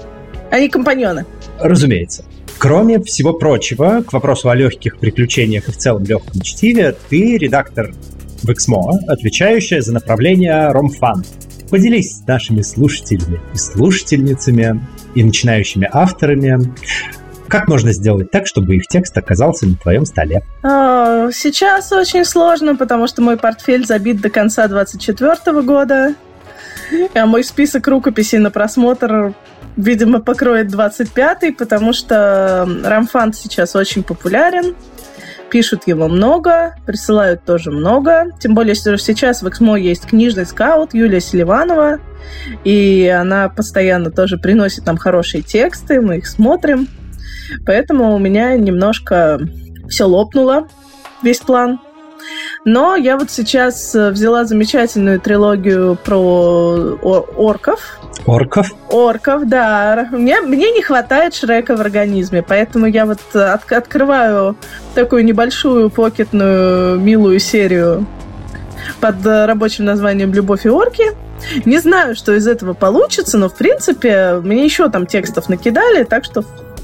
Они компаньоны. Разумеется. Кроме всего прочего, к вопросу о легких приключениях и в целом легком чтиве, ты редактор в Эксмо, отвечающая за направление ромфан. Поделись с нашими слушателями и слушательницами и начинающими авторами, как можно сделать так, чтобы их текст оказался на твоем столе? Сейчас очень сложно, потому что мой портфель забит до конца 2024 года, а мой список рукописей на просмотр, видимо, покроет 25-й, потому что ромфан сейчас очень популярен. Пишут его много, присылают тоже много. Тем более, что сейчас в Эксмо есть книжный скаут Юлия Селиванова, и она постоянно тоже приносит нам хорошие тексты, мы их смотрим. Поэтому у меня немножко все лопнуло, весь план. Но я вот сейчас взяла замечательную трилогию про орков. Орков, да. Мне не хватает Шрека в организме, поэтому я вот открываю такую небольшую покетную милую серию под рабочим названием «Любовь и орки». Не знаю, что из этого получится, но, в принципе, мне еще там текстов накидали, так что...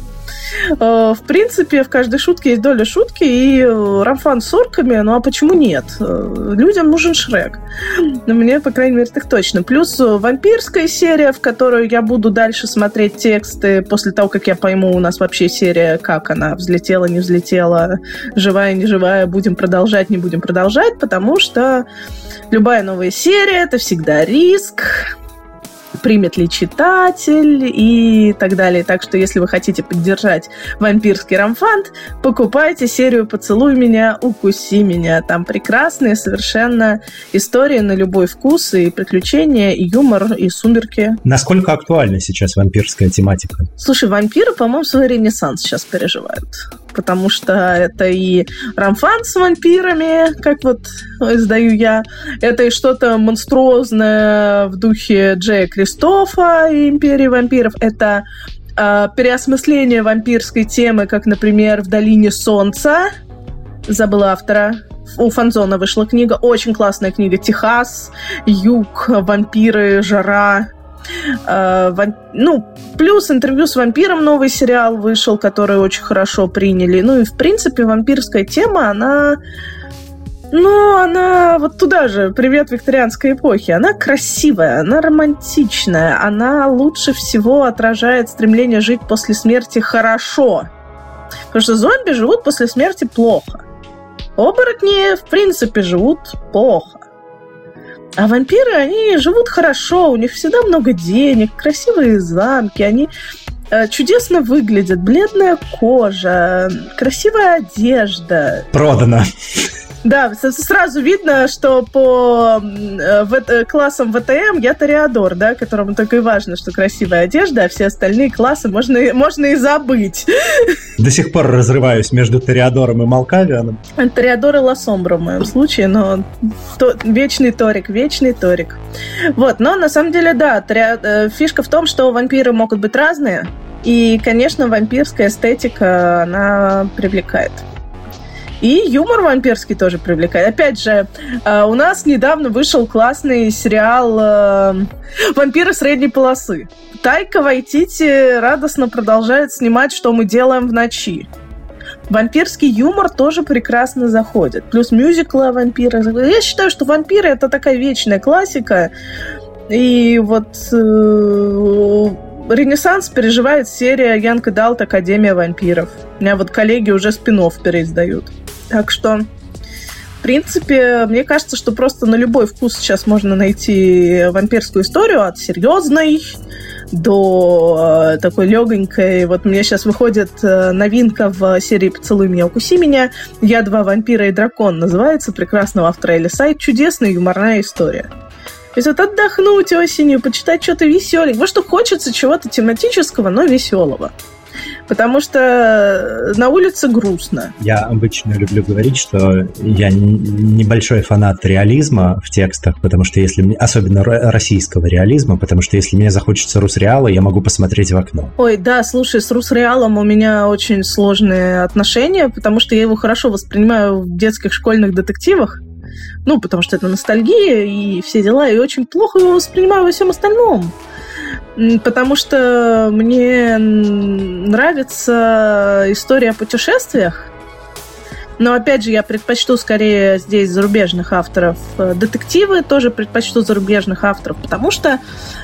В принципе, в каждой шутке есть доля шутки, и ромфан с орками, ну а почему нет? Людям нужен Шрек. Мне, по крайней мере, так точно. Плюс вампирская серия, в которую я буду дальше смотреть тексты после того, как я пойму, у нас вообще серия, как она взлетела, не взлетела, живая, не живая, будем продолжать, не будем продолжать, потому что любая новая серия — это всегда риск, примет ли читатель и так далее. Так что, если вы хотите поддержать вампирский ромфан, покупайте серию «Поцелуй меня, укуси меня». Там прекрасные совершенно истории на любой вкус, и приключения, и юмор, и сумерки. Насколько актуальна сейчас вампирская тематика? Слушай, вампиры, по-моему, свой ренессанс сейчас переживают. Потому что это и ромфан с вампирами, как вот издаю я, это и что-то монструозное в духе Джея Кристофа и «Империи вампиров», это переосмысление вампирской темы, как, например, в «Долине солнца», забыла автора, у Фанзона вышла книга, очень классная книга, «Техас», «Юг», «Вампиры», «Жара». Плюс «Интервью с вампиром» новый сериал вышел, который очень хорошо приняли. Ну и, в принципе, вампирская тема, она вот туда же, привет викторианской эпохи. Она красивая, она романтичная, она лучше всего отражает стремление жить после смерти хорошо. Потому что зомби живут после смерти плохо. Оборотни, в принципе, живут плохо. А вампиры, они живут хорошо, у них всегда много денег, красивые замки, они чудесно выглядят, бледная кожа, красивая одежда. Продано. Да, сразу видно, что по классам ВТМ я Тореадор, да, которому только и важно, что красивая одежда, а все остальные классы можно и забыть. До сих пор разрываюсь между Тореадором и Малкавианом. Тореадор и Лассомбро в моем случае, но вечный Торик. Вот, но на самом деле, да, фишка в том, что вампиры могут быть разные, и, конечно, вампирская эстетика, она привлекает. И юмор вампирский тоже привлекает. Опять же, у нас недавно вышел классный сериал «Вампиры средней полосы». Тайка Вайтити радостно продолжает снимать «Что мы делаем в ночи». Вампирский юмор тоже прекрасно заходит. Плюс мюзиклы о вампирах. Я считаю, что вампиры — это такая вечная классика. И вот ренессанс переживает серия Young Adult Академия вампиров. У меня вот коллеги уже спин-офф переиздают. Так что, в принципе, мне кажется, что просто на любой вкус сейчас можно найти вампирскую историю, от серьезной до такой легонькой. Вот у меня сейчас выходит новинка в серии «Поцелуй меня, укуси меня». «Я два вампира и дракон» называется, прекрасного автора Элли Сайт. Чудесная юморная история. То есть вот отдохнуть осенью, почитать что-то веселенькое. Вот что хочется чего-то тематического, но веселого. Потому что на улице грустно. Я обычно люблю говорить, что я небольшой фанат реализма в текстах, потому что если особенно российского реализма, потому что если мне захочется русреала, я могу посмотреть в окно. Ой, да, слушай, с русреалом у меня очень сложные отношения, потому что я его хорошо воспринимаю в детских школьных детективах. Потому что это ностальгия и все дела, и очень плохо его воспринимаю во всем остальном. потому что мне нравится история о путешествиях. Но, опять же, я предпочту скорее здесь зарубежных авторов. Детективы тоже предпочту зарубежных авторов, потому что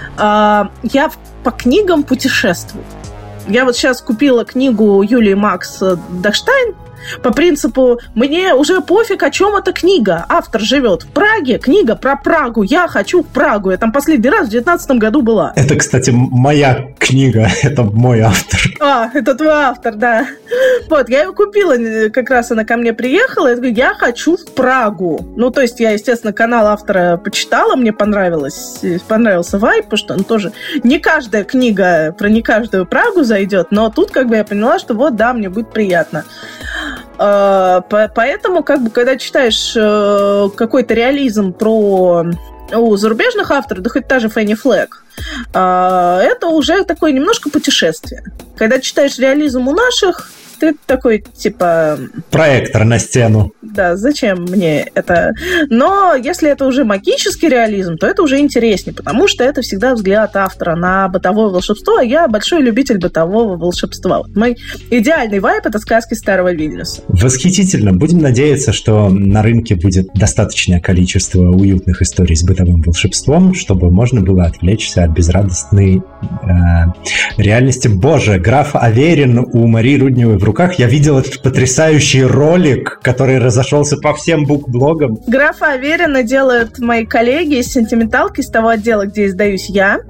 я по книгам путешествую. Я вот сейчас купила книгу Юлии Макс «Дахштайн». По принципу, мне уже пофиг, о чем эта книга. Автор живет в Праге, книга про Прагу. Я хочу в Прагу. Я там последний раз в 2019 году была. Это, кстати, моя книга. Это мой автор. Это твой автор, да. Вот, я ее купила, как раз она ко мне приехала. Я говорю, я хочу в Прагу. Ну, то есть я, естественно, канал автора почитала, мне понравился вайб, потому что он тоже не каждая книга про не каждую Прагу зайдет, но тут как бы я поняла, что вот, да, мне будет приятно. Поэтому, как бы, когда читаешь какой-то реализм у зарубежных авторов, да хоть та же Фенни Флэг, это уже такое немножко путешествие. Когда читаешь реализм у наших, ты такой, типа... Проектор на стену. Да, зачем мне это? Но если это уже магический реализм, то это уже интереснее, потому что это всегда взгляд автора на бытовое волшебство, а я большой любитель бытового волшебства. Вот мой идеальный вайб — это сказки Старого Вильнюса. Восхитительно. Будем надеяться, что на рынке будет достаточное количество уютных историй с бытовым волшебством, чтобы можно было отвлечься от безрадостной реальности. Боже, граф Аверин у Марии Рудневой в руках. Я видел этот потрясающий ролик, который разошелся по всем букблогам. Графа Аверина делают мои коллеги из «Сентименталки», из того отдела, где издаюсь я.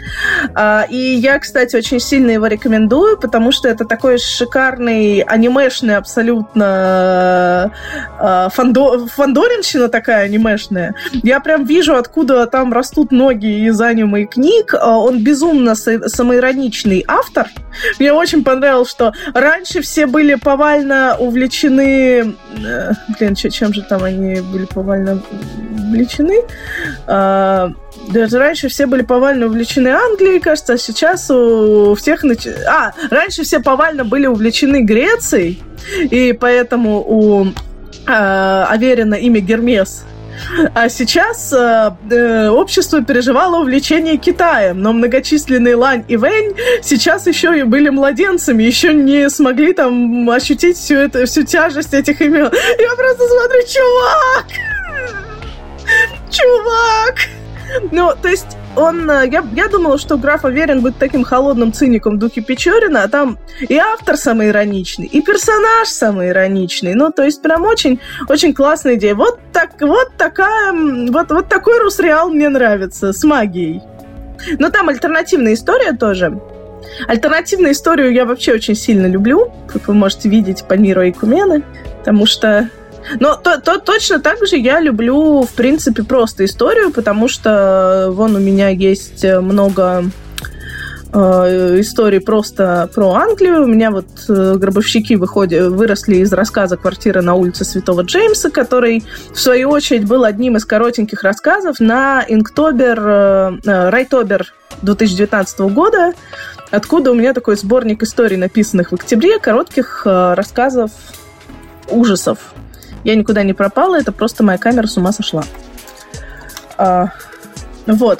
И я, кстати, очень сильно его рекомендую, потому что это такой шикарный анимешный абсолютно фандоринщина такая анимешная. Я прям вижу, откуда там растут ноги из аниме и книг. Он безумно самоироничный автор. Мне очень понравилось, что раньше все были повально увлечены... чем же там они были повально увлечены? Даже раньше все были повально увлечены Англией, кажется, а сейчас у всех... раньше все повально были увлечены Грецией, и поэтому у Аверина имя Гермес. А сейчас общество переживало увлечение Китаем, но многочисленные Лань и Вэнь сейчас еще и были младенцами, еще не смогли там ощутить всю тяжесть этих имен. Я просто смотрю, чувак! Ну, то есть я думала, что граф Аверин будет таким холодным циником в духе Печорина, а там и автор самоироничный, и персонаж самоироничный. Ну, то есть прям очень, очень классная идея. Вот такой Русреал мне нравится, с магией. Но там альтернативная история тоже. Альтернативную историю я вообще очень сильно люблю, как вы можете видеть по миру Айкумены, потому что... Но точно так же я люблю, в принципе, просто историю, потому что вон у меня есть много историй просто про Англию. У меня вот гробовщики выросли из рассказа «Квартира на улице Святого Джеймса», который, в свою очередь, был одним из коротеньких рассказов на Райтобер 2019 года, откуда у меня такой сборник историй, написанных в октябре, коротких рассказов ужасов. Я никуда не пропала, это просто моя камера с ума сошла. Вот.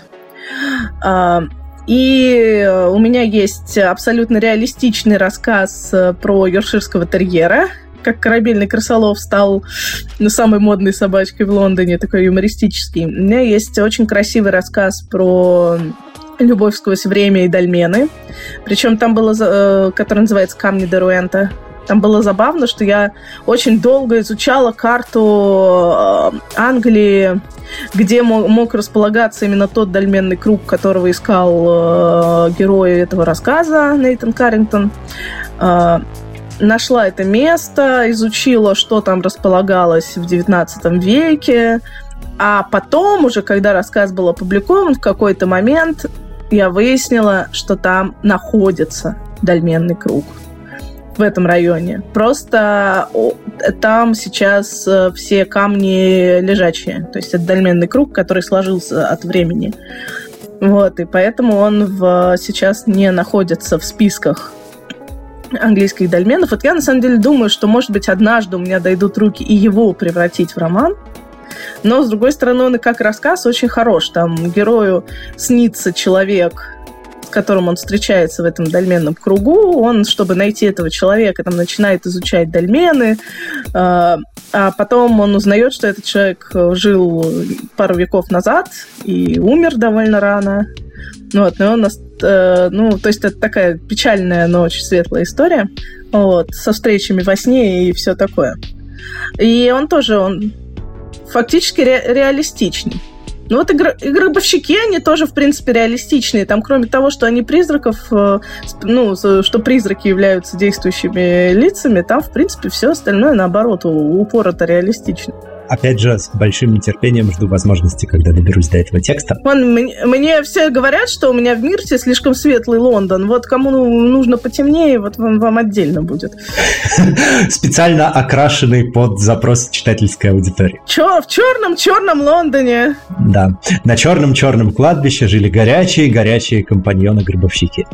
И у меня есть абсолютно реалистичный рассказ про йоркширского терьера, как корабельный крысолов стал самой модной собачкой в Лондоне, такой юмористический. У меня есть очень красивый рассказ про любовь сквозь время и дольмены. Причем там было, который называется «Камни Деруэнта». Там было забавно, что я очень долго изучала карту Англии, где мог располагаться именно тот дольменный круг, которого искал герой этого рассказа, Нейтан Каррингтон. Нашла это место, изучила, что там располагалось в XIX веке. А потом, уже когда рассказ был опубликован, в какой-то момент я выяснила, что там находится дольменный круг. В этом районе. Просто там сейчас все камни лежачие. То есть это дольменный круг, который сложился от времени. Вот, и поэтому он сейчас не находится в списках английских дольменов. Вот я на самом деле думаю, что, может быть, однажды у меня дойдут руки и его превратить в роман. Но, с другой стороны, он и как рассказ очень хорош. Там герою снится человек, с которым он встречается в этом дольменном кругу, он, чтобы найти этого человека, там начинает изучать дольмены, а потом он узнает, что этот человек жил пару веков назад и умер довольно рано. Вот, и он, то есть это такая печальная, но очень светлая история, вот, со встречами во сне и все такое. И он фактически реалистичный. Ну вот и гробовщики, они тоже, в принципе, реалистичные. Там, кроме того, что они призраков, что призраки являются действующими лицами, там, в принципе, все остальное, наоборот, упорото реалистично. Опять же, с большим нетерпением жду возможности, когда доберусь до этого текста. Мне все говорят, что у меня в Мирте слишком светлый Лондон. Вот кому нужно потемнее, вот вам отдельно будет. Специально окрашенный под запрос читательской аудитории. В черном Лондоне. Да. На черном кладбище жили горячие компаньоны-гробовщики.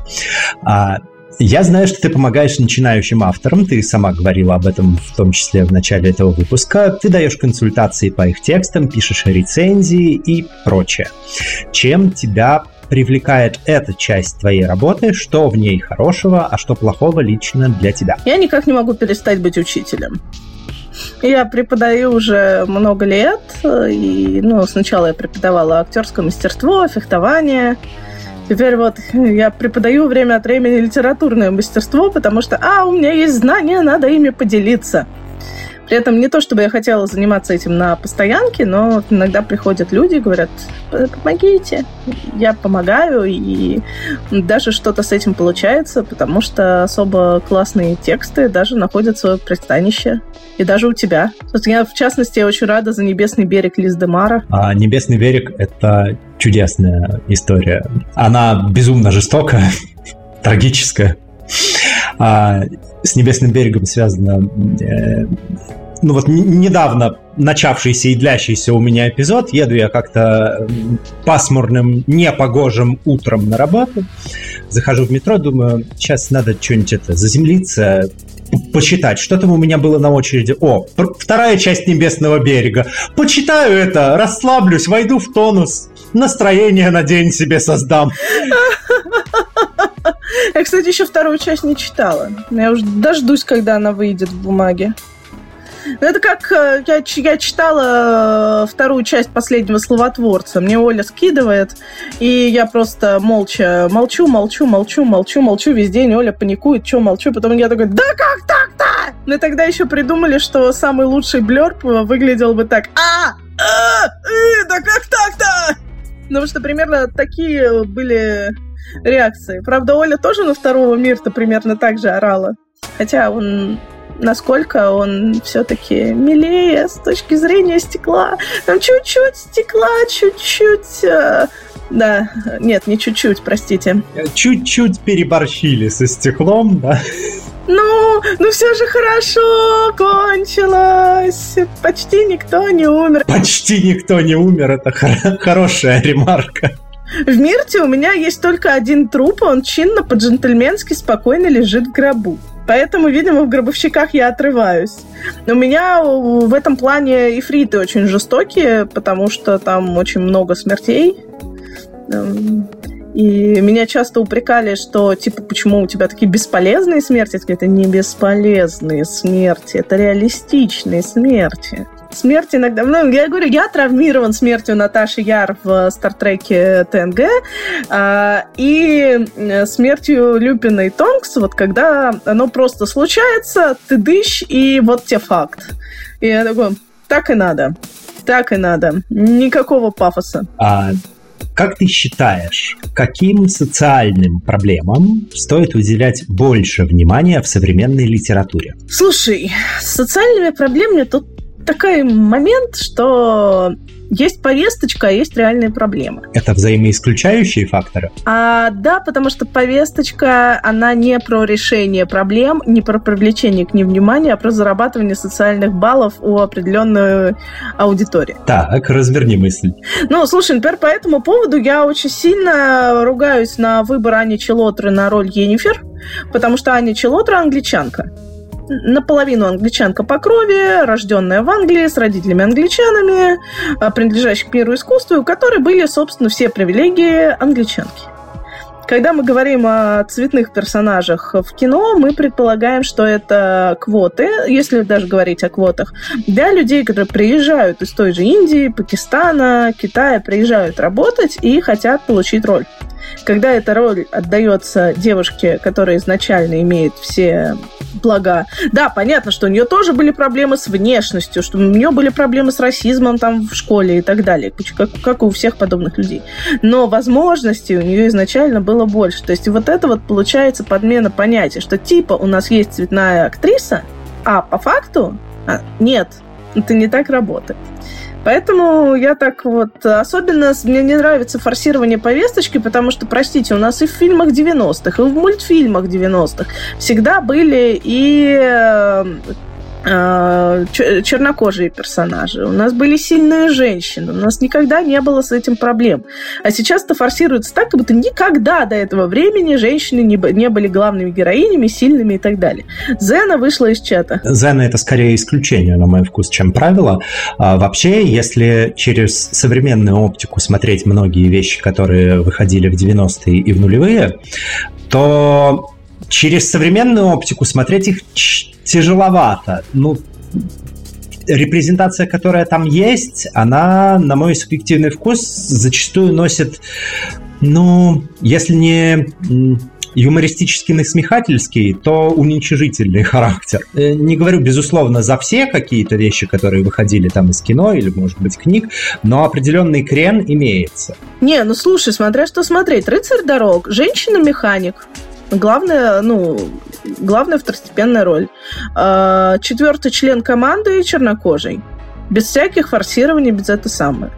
Я знаю, что ты помогаешь начинающим авторам, ты сама говорила об этом в том числе в начале этого выпуска, ты даешь консультации по их текстам, пишешь рецензии и прочее. Чем тебя привлекает эта часть твоей работы, что в ней хорошего, а что плохого лично для тебя? Я никак не могу перестать быть учителем. Я преподаю уже много лет, и сначала я преподавала актерское мастерство, фехтование. Теперь вот я преподаю время от времени литературное мастерство, потому что, у меня есть знания, надо ими поделиться. При этом не то, чтобы я хотела заниматься этим на постоянке, но иногда приходят люди и говорят: помогите. Я помогаю, и даже что-то с этим получается, потому что особо классные тексты даже находят свое пристанище. И даже у тебя. Я, в частности, очень рада за «Небесный берег» Лиз де Мара. «Небесный берег» — это чудесная история. Она безумно жестокая, трагическая. С «Небесным берегом» связано недавно начавшийся и длящийся у меня эпизод. Еду я как-то пасмурным, непогожим утром на работу. Захожу в метро, думаю, сейчас надо что-нибудь заземлиться, почитать. Что там у меня было на очереди? Вторая часть «Небесного берега». Почитаю это, расслаблюсь, войду в тонус, настроение на день себе создам. Я, кстати, еще вторую часть не читала. Я уже дождусь, когда она выйдет в бумаге. Это как я читала вторую часть «Последнего словотворца». Мне Оля скидывает, и я просто молча молчу весь день. Оля паникует, что молчу. Потом я такой: да как так-то? Мы тогда еще придумали, что самый лучший блёрб выглядел бы так: да как так-то? Потому что примерно такие были реакции. Правда, Оля тоже на второго Мирта примерно так же орала. Хотя насколько он все-таки милее с точки зрения стекла. Там чуть-чуть стекла, чуть-чуть... Да, нет, не чуть-чуть, простите. Чуть-чуть переборщили со стеклом, да? Ну все же хорошо кончилось. Почти никто не умер. Почти никто не умер, это хорошая ремарка. В Мирте у меня есть только один труп, он чинно, по-джентльменски спокойно лежит в гробу. Поэтому, видимо, в гробовщиках я отрываюсь. У меня в этом плане ифриты очень жестокие, потому что там очень много смертей. И меня часто упрекали, что, почему у тебя такие бесполезные смерти? Это не бесполезные смерти, это реалистичные смерти. Смерть иногда... я говорю, я травмирован смертью Наташи Яр в Стартреке ТНГ и смертью Люпина и Тонкс, вот когда оно просто случается, ты дышь, и вот тебе факт. И я такой: так и надо. Никакого пафоса. Как ты считаешь, каким социальным проблемам стоит уделять больше внимания в современной литературе? Слушай, с социальными проблемами тут такой момент, что есть повесточка, а есть реальные проблемы. Это взаимоисключающие факторы? Да, потому что повесточка, она не про решение проблем, не про привлечение к ним внимания, а про зарабатывание социальных баллов у определенной аудитории. Так, разверни мысль. Слушай, например, по этому поводу я очень сильно ругаюсь на выбор Ани Челотры на роль Йеннифер, потому что Аня Челотра англичанка. Наполовину англичанка по крови, рожденная в Англии, с родителями-англичанами, принадлежащих к миру искусства, у которой были, собственно, все привилегии англичанки. Когда мы говорим о цветных персонажах в кино, мы предполагаем, что это квоты, если даже говорить о квотах, для людей, которые приезжают из той же Индии, Пакистана, Китая, приезжают работать и хотят получить роль. Когда эта роль отдается девушке, которая изначально имеет все блага. Да, понятно, что у нее тоже были проблемы с внешностью, что у нее были проблемы с расизмом там в школе и так далее, как у всех подобных людей. Но возможностей у нее изначально было больше. То есть вот это вот получается подмена понятия, что типа у нас есть цветная актриса, а по факту нет, это не так работает. Поэтому я так вот... Особенно мне не нравится форсирование повесточки, потому что, простите, у нас и в фильмах 90-х, и в мультфильмах 90-х всегда были и чернокожие персонажи, у нас были сильные женщины, у нас никогда не было с этим проблем. А сейчас это форсируется так, как будто никогда до этого времени женщины не были главными героинями, сильными и так далее. Зена вышла из чата. Зена — это скорее исключение, на мой вкус, чем правило. Вообще, если через современную оптику смотреть многие вещи, которые выходили в 90-е и в нулевые, то через современную оптику смотреть их тяжеловато. Ну, репрезентация, которая там есть, она, на мой субъективный вкус, зачастую носит, ну, если не юмористический, насмехательский, то уничижительный характер. Не говорю, безусловно, за все какие-то вещи, которые выходили там из кино или, может быть, книг, но определенный крен имеется. Не, ну слушай, смотря что смотреть. «Рыцарь дорог», женщина-механик. Главная второстепенная роль. 4-й член команды чернокожий. Без всяких форсирований, без этого самое.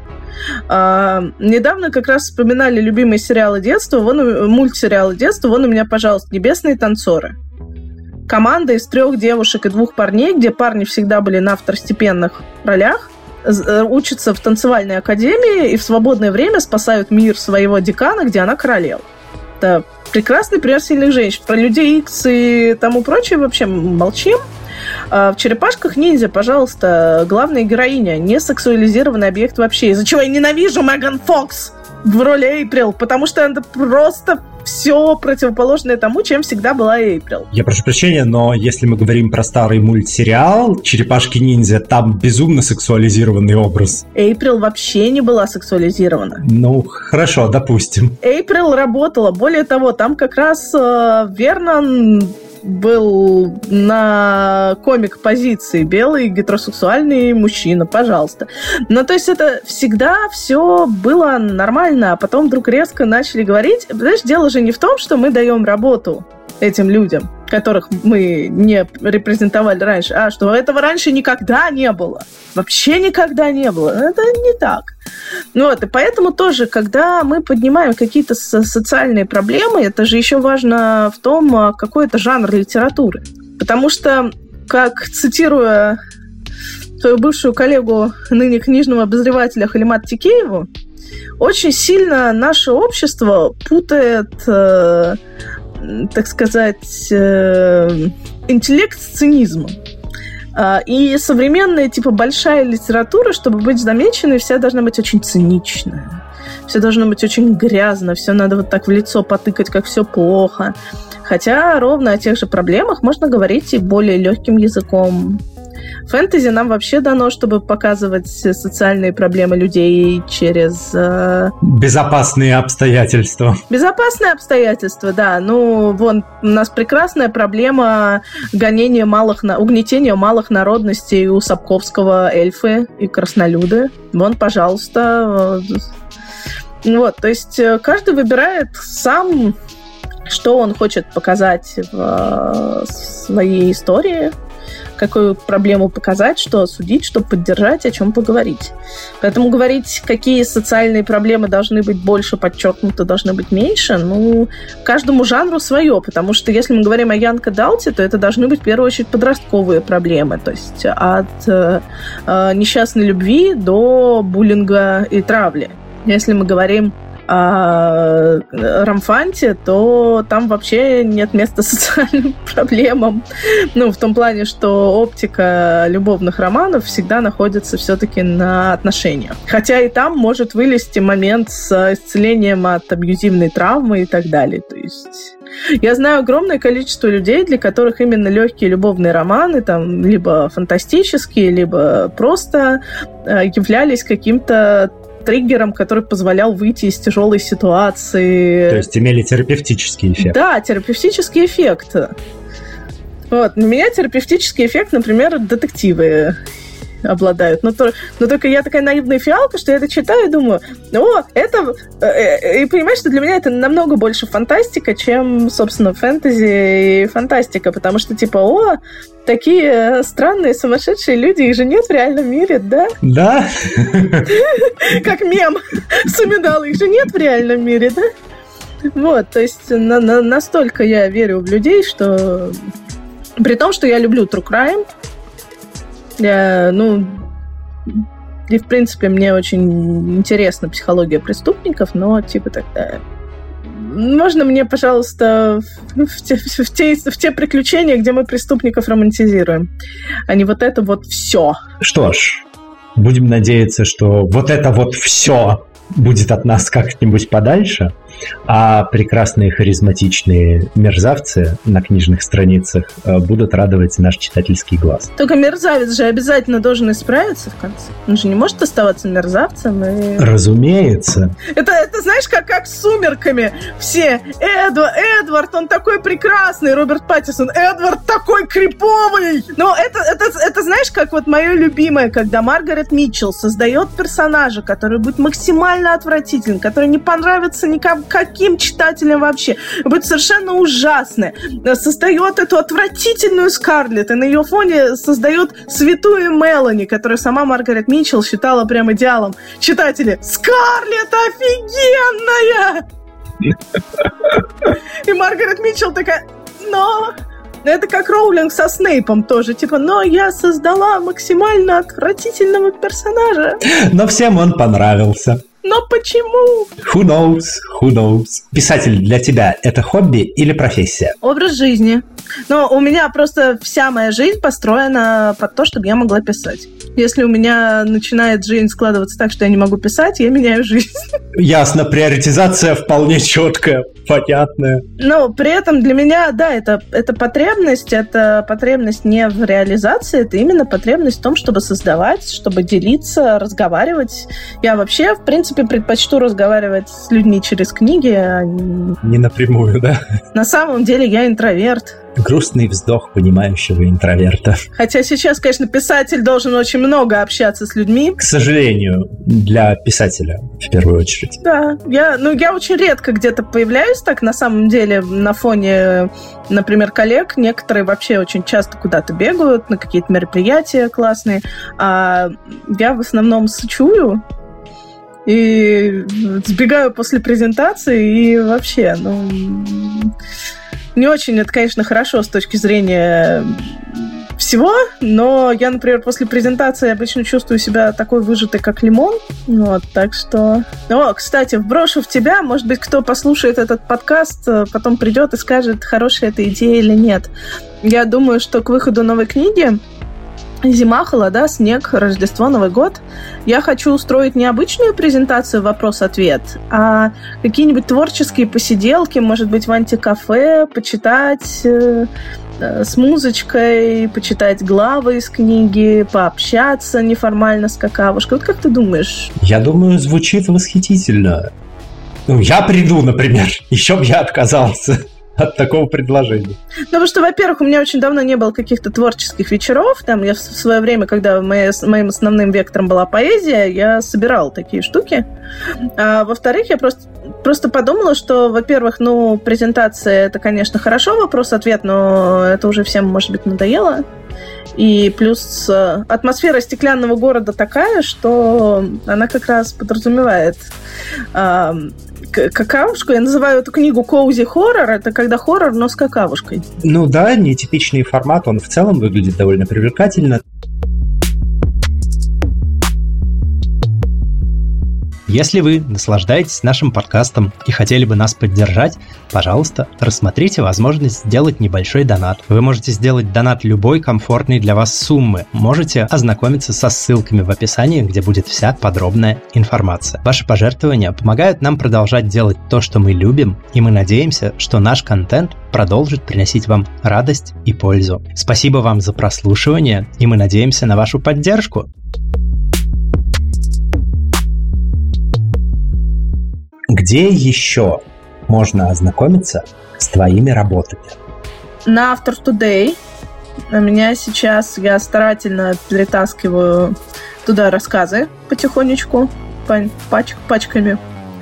Недавно как раз вспоминали любимые сериалы детства, мультсериалы детства. Вон у меня, пожалуйста, «Небесные танцоры». Команда из 3 девушек и 2 парней, где парни всегда были на второстепенных ролях, учатся в танцевальной академии и в свободное время спасают мир своего декана, где она королева. Это прекрасный пример сильных женщин. Про Людей Икс и тому прочее вообще молчим. В «Черепашках ниндзя», пожалуйста, главная героиня, не сексуализированный объект вообще. Из-за чего я ненавижу Меган Фокс в роли Эйприл, потому что это просто все противоположное тому, чем всегда была Эйприл. Я прошу прощения, но если мы говорим про старый мультсериал «Черепашки-ниндзя», там безумно сексуализированный образ. Эйприл вообще не была сексуализирована. Ну, хорошо, допустим. Эйприл работала. Более того, там как раз Вернон был на комик-позиции. Белый гетеросексуальный мужчина, пожалуйста. Ну, то есть это всегда все было нормально, а потом вдруг резко начали говорить. Знаешь, дело же не в том, что мы даем работу этим людям, которых мы не репрезентовали раньше, а что этого раньше никогда не было. Вообще никогда не было. Это не так. Вот, и поэтому тоже, когда мы поднимаем какие-то социальные проблемы, это же еще важно в том, какой это жанр литературы. Потому что, как цитируя свою бывшую коллегу, ныне книжного обозревателя Халимат Тикееву, очень сильно наше общество путает, так сказать, интеллект с цинизмом. И современная, типа, большая литература, чтобы быть замеченной, вся должна быть очень циничная. Все должно быть очень грязно, все надо вот так в лицо потыкать, как все плохо. Хотя ровно о тех же проблемах можно говорить и более легким языком. Фэнтези нам вообще дано, чтобы показывать социальные проблемы людей через... Безопасные обстоятельства. Безопасные обстоятельства, да. Ну, вон, у нас прекрасная проблема угнетения малых народностей у Сапковского, эльфы и краснолюды. Вон, пожалуйста. Вот, то есть каждый выбирает сам, что он хочет показать в своей истории, какую проблему показать, что осудить, что поддержать, о чем поговорить. Поэтому говорить, какие социальные проблемы должны быть больше подчеркнуты, должны быть меньше, ну, каждому жанру свое, потому что если мы говорим о янг адалте, то это должны быть в первую очередь подростковые проблемы, то есть от несчастной любви до буллинга и травли. Если мы говорим А ромфанте, то там вообще нет места социальным проблемам. Ну, в том плане, что оптика любовных романов всегда находится все-таки на отношениях. Хотя и там может вылезти момент с исцелением от абьюзивной травмы и так далее. То есть я знаю огромное количество людей, для которых именно легкие любовные романы, там, либо фантастические, либо просто являлись каким-то триггером, который позволял выйти из тяжелой ситуации. То есть имели терапевтический эффект. Да, терапевтический эффект. Вот. На меня терапевтический эффект, например, детективы обладают. Но только я такая наивная фиалка, что я это читаю и думаю, это... И понимаешь, что для меня это намного больше фантастика, чем, собственно, фэнтези и фантастика, потому что, типа, такие странные, сумасшедшие люди, их же нет в реальном мире, да? Да. Как мем. Сумидал, их же нет в реальном мире, да? Вот, то есть настолько я верю в людей, что... При том, что я люблю true crime, и, в принципе, мне очень интересна психология преступников, но, типа, тогда... Можно мне, пожалуйста, в те приключения, где мы преступников романтизируем, а не вот это вот все. Что ж, будем надеяться, что вот это вот все будет от нас как-нибудь подальше, а прекрасные харизматичные мерзавцы на книжных страницах будут радовать наш читательский глаз. Только мерзавец же обязательно должен исправиться в конце. Он же не может оставаться мерзавцем. Разумеется. Это знаешь, как с «Сумерками». Все, Эдвард, он такой прекрасный, Роберт Паттинсон, Эдвард такой криповый. Но это знаешь, как вот мое любимое, когда Маргарет Митчелл создает персонажа, который будет максимально отвратителен, который не понравится никаким читателям вообще, будет совершенно ужасный, создает эту отвратительную Скарлетт, и на ее фоне создает святую Мелани, которую сама Маргарет Митчелл считала прям идеалом. Читатели, Скарлетт офигенная! И Маргарет Митчелл такая, но... Это как Роулинг со Снейпом тоже. Типа, но я создала максимально отвратительного персонажа. Но всем он понравился. Но почему? Who knows? Писатель для тебя – это хобби или профессия? Образ жизни. Но у меня просто вся моя жизнь построена под то, чтобы я могла писать. Если у меня начинает жизнь складываться так, что я не могу писать, я меняю жизнь. Ясно, приоритизация вполне четкая, понятная. Но при этом для меня, да, это потребность не в реализации, это именно потребность в том, чтобы создавать, чтобы делиться, разговаривать. Я вообще, в принципе, предпочту разговаривать с людьми через книги, а не напрямую, да? На самом деле я интроверт. Грустный вздох понимающего интроверта. Хотя сейчас, конечно, писатель должен очень много общаться с людьми. К сожалению, для писателя, в первую очередь. Да, я очень редко где-то появляюсь так, на самом деле, на фоне, например, коллег. Некоторые вообще очень часто куда-то бегают, на какие-то мероприятия классные. А я в основном сычую и сбегаю после презентации, и вообще, не очень это, конечно, хорошо с точки зрения всего, но я, например, после презентации обычно чувствую себя такой выжатой, как лимон. Вот, так что... Кстати, вброшу в тебя, может быть, кто послушает этот подкаст, потом придет и скажет, хорошая эта идея или нет. Я думаю, что к выходу новой книги зима, холода, снег, Рождество, Новый год. Я хочу устроить не обычную презентацию вопрос-ответ, а какие-нибудь творческие посиделки, может быть, в антикафе, почитать с музычкой, почитать главы из книги, пообщаться неформально с какавушкой. Вот как ты думаешь? Я думаю, звучит восхитительно. Я приду, например. Еще бы я отказался от такого предложения. Потому что, во-первых, у меня очень давно не было каких-то творческих вечеров. Там я в свое время, когда моим основным вектором была поэзия, я собирала такие штуки. А во-вторых, я просто подумала, что, во-первых, презентация — это, конечно, хорошо, вопрос-ответ, но это уже всем, может быть, надоело. И плюс атмосфера стеклянного города такая, что она как раз подразумевает какавушку. Я называю эту книгу cozy horror. Это когда хоррор, но с какавушкой. Да, нетипичный формат. Он в целом выглядит довольно привлекательно. Если вы наслаждаетесь нашим подкастом и хотели бы нас поддержать, пожалуйста, рассмотрите возможность сделать небольшой донат. Вы можете сделать донат любой комфортной для вас суммы. Можете ознакомиться со ссылками в описании, где будет вся подробная информация. Ваши пожертвования помогают нам продолжать делать то, что мы любим, и мы надеемся, что наш контент продолжит приносить вам радость и пользу. Спасибо вам за прослушивание, и мы надеемся на вашу поддержку. Где еще можно ознакомиться с твоими работами? На After Today у меня сейчас, я старательно перетаскиваю туда рассказы потихонечку, пачками.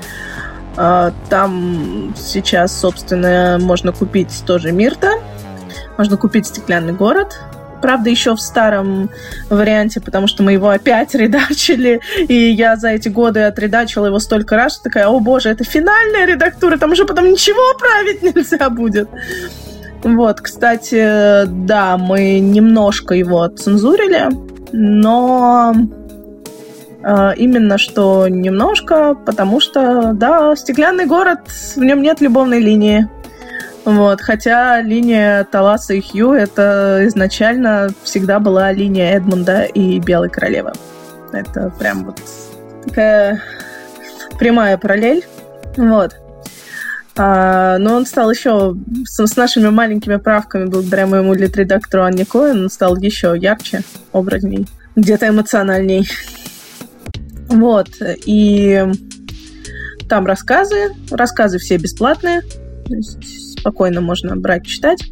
Там сейчас, собственно, можно купить тоже Мирта, можно купить «Стеклянный город». Правда, еще в старом варианте, потому что мы его опять редачили, и я за эти годы отредачила его столько раз, что такая, о боже, это финальная редактура, там уже потом ничего править нельзя будет. Вот, кстати, да, мы немножко его цензурили, но именно что немножко, потому что, да, «Стеклянный город», в нем нет любовной линии. Вот, хотя линия Таласа и Хью это изначально всегда была линия Эдмунда и Белой королевы. Это прям вот такая прямая параллель. Вот. Но он стал еще с нашими маленькими правками, благодаря моему лид-редактору Анне Коэн, он стал еще ярче, образней, где-то эмоциональней. Вот. И там рассказы все бесплатные. То есть спокойно можно брать, читать.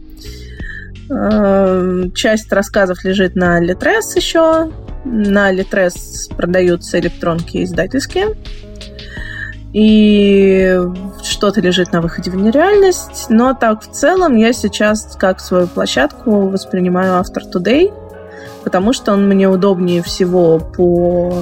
Часть рассказов лежит на Литрес еще. На Литрес продаются электронки издательские. И что-то лежит на выходе в нереальность. Но так в целом я сейчас как свою площадку воспринимаю After Today, потому что он мне удобнее всего по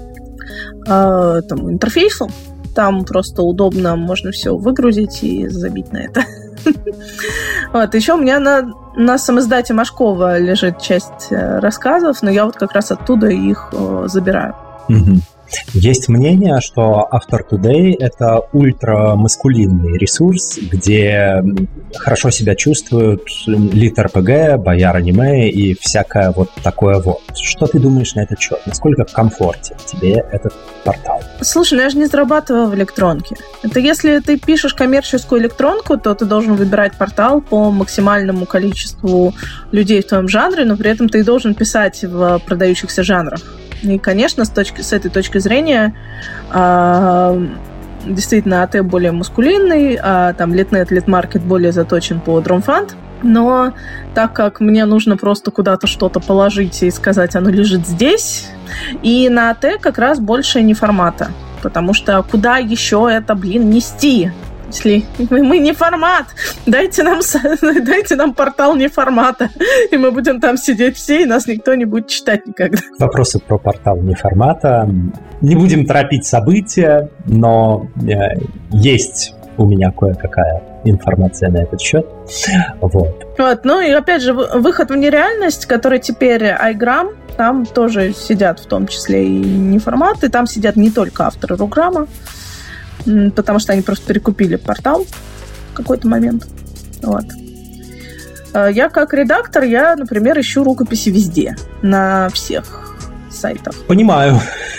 интерфейсу. Там просто удобно, можно все выгрузить и забить на это. Вот. Еще у меня на самоиздате Машкова лежит часть рассказов, но я вот как раз оттуда их забираю. Есть мнение, что After Today — это ультрамаскулинный ресурс, где хорошо себя чувствуют лит-РПГ, бояр-аниме и всякое вот такое вот. Что ты думаешь на этот счет? Насколько комфортен тебе этот портал? Слушай, я же не зарабатываю в электронке. Это если ты пишешь коммерческую электронку, то ты должен выбирать портал по максимальному количеству людей в твоем жанре, но при этом ты должен писать в продающихся жанрах. И, конечно, с этой точки зрения действительно АТ более маскулинный, а там Литнет, Литмаркет более заточен по Дромфанд. Но так как мне нужно просто куда-то что-то положить и сказать, оно лежит здесь, и на АТ как раз больше не формата. Потому что куда еще это, нести? Если мы не формат, дайте нам портал не формата, и мы будем там сидеть все, и нас никто не будет читать никогда. Вопросы про портал не формата. Не будем торопить события, но есть у меня кое-какая информация на этот счет. Вот. Ну и опять же, выход в нереальность, который теперь iGram, там тоже сидят в том числе и неформаты, там сидят не только авторы Руграма, потому что они просто перекупили портал в какой-то момент. Вот. Я как редактор, например, ищу рукописи везде, на всех сайтах. Понимаю.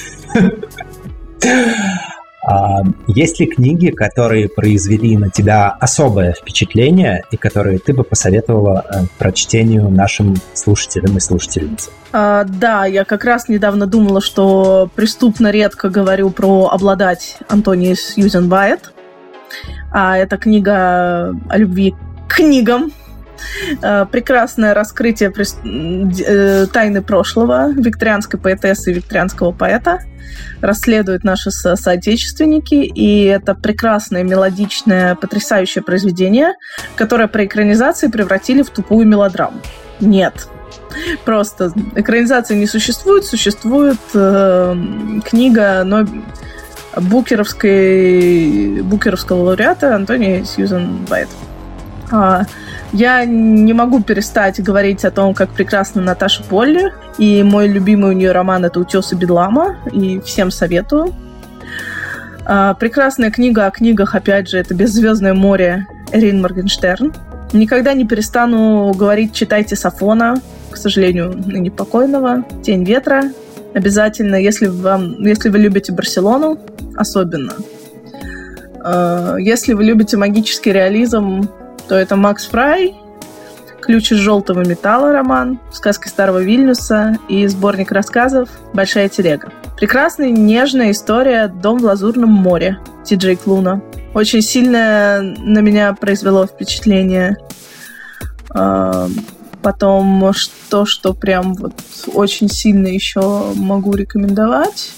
Есть ли книги, которые произвели на тебя особое впечатление и которые ты бы посоветовала к прочтению нашим слушателям и слушательницам? Да, я как раз недавно думала, что преступно редко говорю про «Обладать» Антони Сьюзен Байет. Это книга о любви к книгам. Прекрасное раскрытие тайны прошлого викторианской поэтессы и викторианского поэта. Расследуют наши соотечественники, и это прекрасное, мелодичное, потрясающее произведение, которое при экранизации превратили в тупую мелодраму. Нет. Просто экранизации не существует, существует книга букеровского лауреата Антони Сьюзен Байет. Я не могу перестать говорить о том, как прекрасна Наташа Полли, и мой любимый у нее роман — это «Утесы Бедлама», и всем советую. Прекрасная книга о книгах, опять же, это «Беззвездное море» Эрин Моргенштерн. Никогда не перестану говорить, читайте Сафона, к сожалению, ныне покойного, «Тень ветра». Обязательно, если вы любите Барселону, особенно. Если вы любите магический реализм, то это Макс Фрай, «Ключ из желтого металла» роман, «Сказки старого Вильнюса» и сборник рассказов «Большая телега». Прекрасная, нежная история «Дом в лазурном море» Ти-Джей Клуна. Очень сильно на меня произвело впечатление. Потом, что прям вот очень сильно еще могу рекомендовать.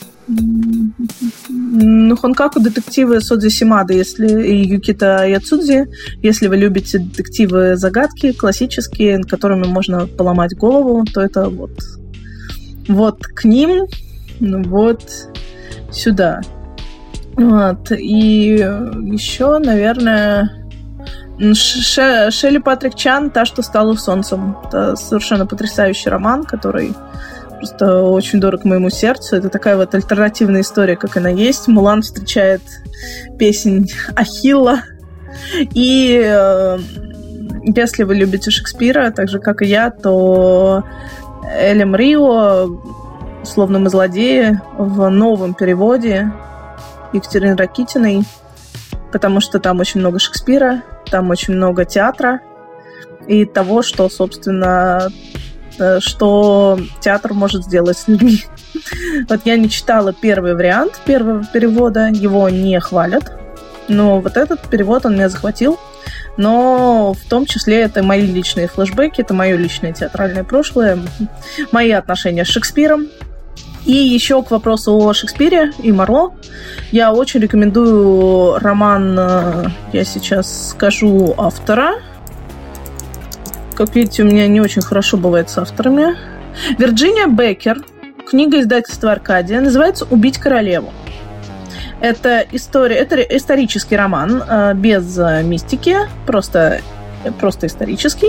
Хонкаку детективы Содзи Симада и Юкита Яцудзи. Если вы любите детективы-загадки классические, которыми можно поломать голову, то это вот к ним, вот сюда. Вот. И еще, наверное, Шелли Патрик Чан «Та, что стала солнцем». Это совершенно потрясающий роман, который просто очень дорог моему сердцу. Это такая вот альтернативная история, как она есть. Мулан встречает песнь Ахилла. И если вы любите Шекспира, так же, как и я, то Элем Рио «Словно мы злодеи» в новом переводе Екатерины Ракитиной, потому что там очень много Шекспира, там очень много театра и того, что, собственно, что театр может сделать с людьми. Вот я не читала первый вариант первого перевода, его не хвалят, но вот этот перевод, он меня захватил. Но в том числе это мои личные флешбеки, это мое личное театральное прошлое, мои отношения с Шекспиром. И еще к вопросу о Шекспире и Марло. Я очень рекомендую роман, я сейчас скажу автора. Как видите, у меня не очень хорошо бывает с авторами. Вирджиния Беккер. Книга издательства «Аркадия». Называется «Убить королеву». Это исторический роман, без мистики, просто исторический.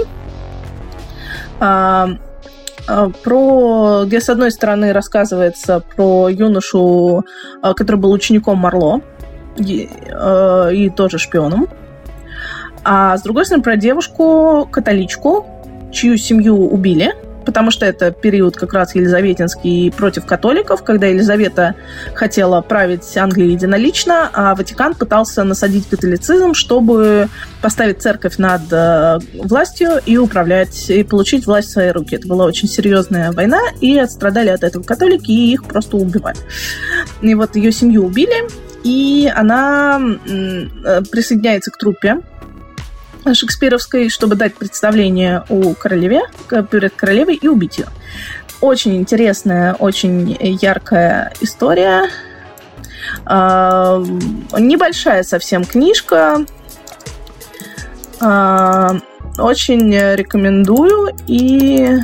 Где, с одной стороны, рассказывается про юношу, который был учеником Марло и тоже шпионом. А с другой стороны, про девушку-католичку, чью семью убили, потому что это период как раз елизаветинский против католиков, когда Елизавета хотела править Англией единолично, а Ватикан пытался насадить католицизм, чтобы поставить церковь над властью и управлять, и получить власть в свои руки. Это была очень серьезная война, и отстрадали от этого католики, и их просто убивали. И вот ее семью убили, и она присоединяется к труппе шекспировской, чтобы дать представление перед королевой и убить ее. Очень интересная, очень яркая история. Небольшая совсем книжка. Очень рекомендую. И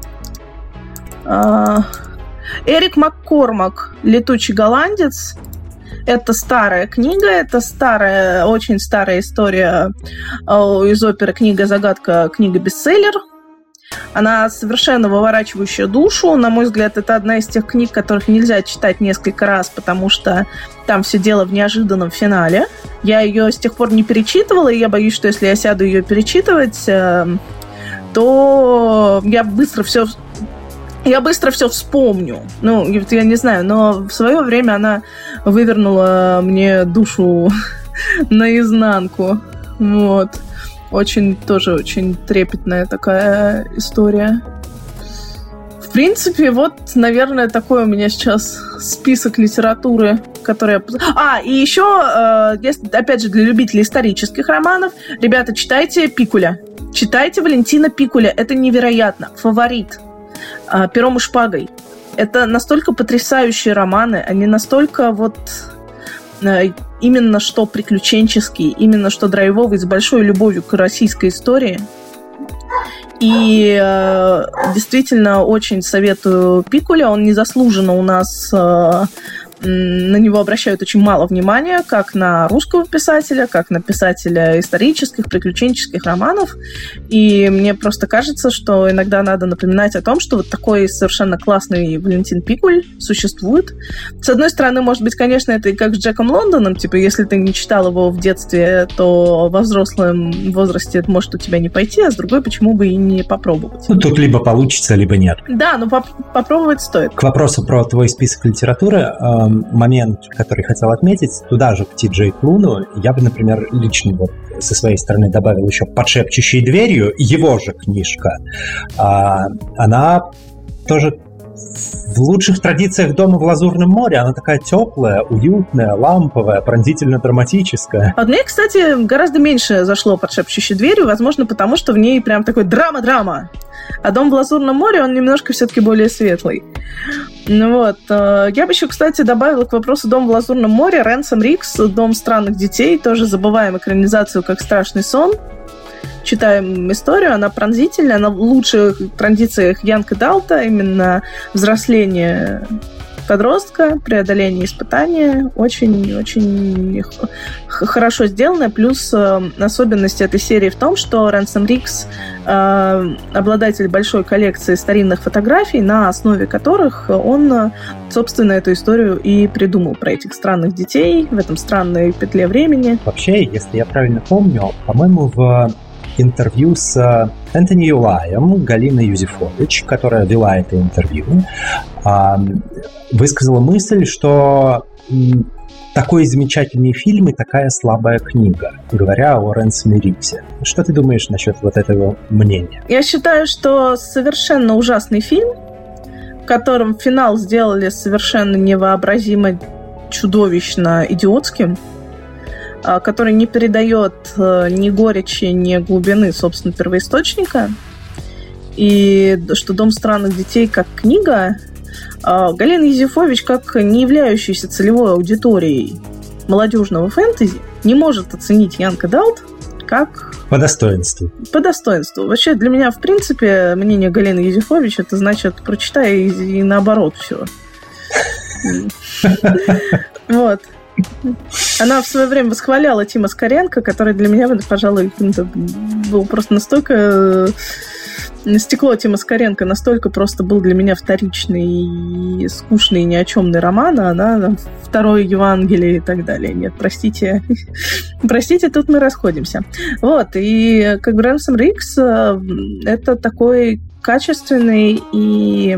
Эрик Маккормак «Летучий голландец». Это старая книга, это очень старая история из оперы «Книга-загадка», книга-бестселлер. Она совершенно выворачивающая душу. На мой взгляд, это одна из тех книг, которых нельзя читать несколько раз, потому что там все дело в неожиданном финале. Я ее с тех пор не перечитывала, и я боюсь, что если я сяду ее перечитывать, то я быстро все вспомню. Я не знаю, но в свое время она вывернула мне душу наизнанку. Вот. Очень трепетная такая история. В принципе, наверное, такой у меня сейчас список литературы, который я... и еще, опять же, для любителей исторических романов, ребята, читайте Пикуля. Читайте Валентина Пикуля. Это невероятно. Фаворит. «Пером и шпагой». Это настолько потрясающие романы, они настолько именно что приключенческие, именно что драйвовые, с большой любовью к российской истории. И действительно очень советую Пикуля. Он незаслуженно у нас на него обращают очень мало внимания, как на русского писателя, как на писателя исторических, приключенческих романов. И мне просто кажется, что иногда надо напоминать о том, что вот такой совершенно классный Валентин Пикуль существует. С одной стороны, может быть, конечно, это и как с Джеком Лондоном, типа, если ты не читал его в детстве, то во взрослом возрасте это может у тебя не пойти, а с другой, почему бы и не попробовать. Ну, тут либо получится, либо нет. Да, но попробовать стоит. К вопросу про твой список литературы, момент, который хотел отметить, туда же, к Ти Джей Клуну, я бы, например, лично вот со своей стороны добавил еще «Под шепчущей дверью», его же книжка. Она тоже в лучших традициях «Дома в Лазурном море». Она такая теплая, уютная, ламповая, пронзительно-драматическая. А мне, кстати, гораздо меньше зашло «Под шепчущей дверью», возможно, потому что в ней прям такой драма-драма. А «Дом в Лазурном море», он немножко все-таки более светлый. Ну вот. Я бы еще, кстати, добавила к вопросу «Дом в Лазурном море» Рэнсом Рикс «Дом странных детей». Тоже забываем экранизацию как «Страшный сон». Читаем историю, она пронзительная, она в лучших традициях Янка Далта, именно взросление подростка, преодоление испытания, очень-очень хорошо сделано. Плюс особенность этой серии в том, что Рэнсом Рикс обладатель большой коллекции старинных фотографий, на основе которых он, собственно, эту историю и придумал про этих странных детей в этом странной петле времени. Вообще, если я правильно помню, по-моему, в интервью с Энтони Юлаем Галина Юзефович, которая вела это интервью, высказала мысль, что такой замечательный фильм и такая слабая книга, говоря о Рэнсоме Риксе. Что ты думаешь насчет вот этого мнения? Я считаю, что совершенно ужасный фильм, в котором финал сделали совершенно невообразимо чудовищно идиотским, который не передает ни горечи, ни глубины, собственно, первоисточника. И что «Дом странных детей» как книга, Галина Юзефович, как не являющаяся целевой аудиторией молодежного фэнтези, не может оценить Янка Далт как... По достоинству. По достоинству. Вообще, для меня, в принципе, мнение Галины Юзефович, это значит, прочитай и наоборот все. Вот. Она в свое время восхваляла Тима Скоренко, который для меня, пожалуй, был просто настолько... «Стекло» Тима Скоренко настолько просто был для меня вторичный, скучный, ни о чемный роман, а она второе Евангелие и так далее. Нет, простите. Простите, тут мы расходимся. Вот, и как бы Рэнсом Рикс это такой качественный и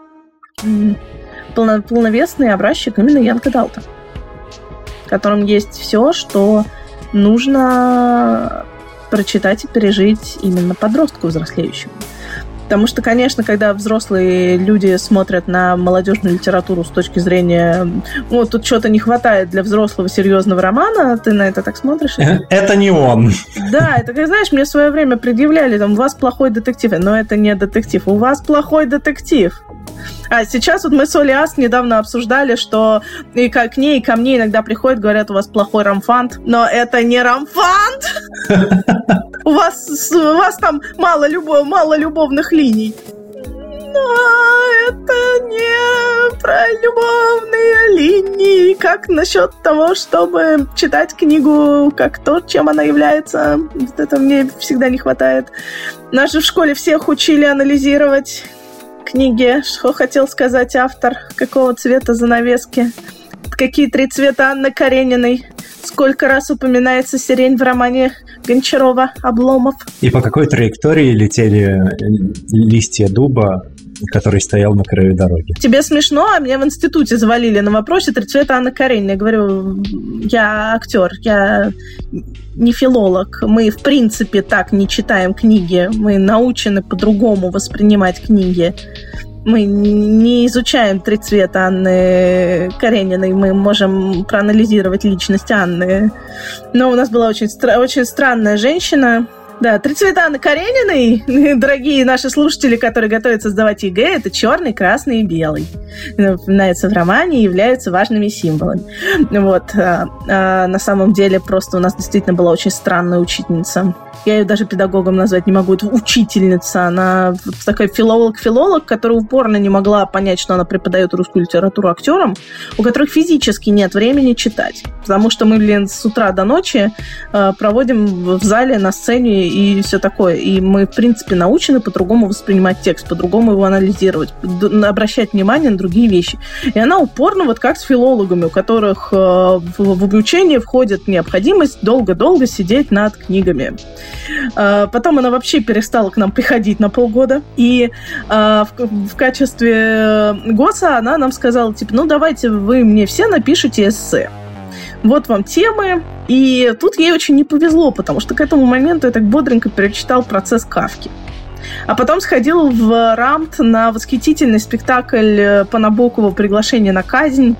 полновесный образчик именно Янка Далта, в котором есть все, что нужно прочитать и пережить именно подростку взрослеющему. Потому что, конечно, когда взрослые люди смотрят на молодежную литературу с точки зрения, вот тут что-то не хватает для взрослого серьезного романа, ты на это так смотришь? Это не он. Да, это, как знаешь, мне в свое время предъявляли, там, у вас плохой детектив, но это не детектив, у вас плохой детектив. А сейчас вот мы с Олей Аст недавно обсуждали, что и к ней, и ко мне иногда приходят, говорят, у вас плохой ромфант, но это не ромфант. У вас там мало любовных линий. Но это не про любовные линии. Как насчет того, чтобы читать книгу как то, чем она является? Вот это мне всегда не хватает. Нас же в школе всех учили анализировать книги, что хотел сказать автор, какого цвета занавески, какие 3 цвета Анны Карениной, сколько раз упоминается сирень в романе Гончарова «Обломов». И по какой траектории летели листья дуба, который стоял на краю дороги. Тебе смешно, а меня в институте завалили на вопросе 3 цвета Анны Карениной. Я говорю, я актер, я не филолог. Мы, в принципе, так не читаем книги. Мы научены по-другому воспринимать книги. Мы не изучаем 3 цвета Анны Карениной. Мы можем проанализировать личность Анны. Но у нас была очень странная женщина, Да, 3 цвета Анны Карениной, дорогие наши слушатели, которые готовятся сдавать ЕГЭ, это черный, красный и белый. Упоминаются в романе и являются важными символами. Вот. На самом деле просто у нас действительно была очень странная учительница. Я ее даже педагогом назвать не могу. Это учительница. Она такая филолог, которая упорно не могла понять, что она преподает русскую литературу актерам, у которых физически нет времени читать. Потому что мы, с утра до ночи проводим в зале, на сцене и все такое. И мы, в принципе, научены по-другому воспринимать текст, по-другому его анализировать, обращать внимание на другие вещи. И она упорно, вот как с филологами, у которых в обучение входит необходимость долго-долго сидеть над книгами. Потом она вообще перестала к нам приходить на полгода. И в качестве ГОСа она нам сказала, типа, ну, давайте вы мне все напишите эссе. Вот вам темы. И тут ей очень не повезло, потому что к этому моменту я так бодренько перечитал «Процесс Кафки». А потом сходил в РАМТ на восхитительный спектакль по Набокову «Приглашение на казнь»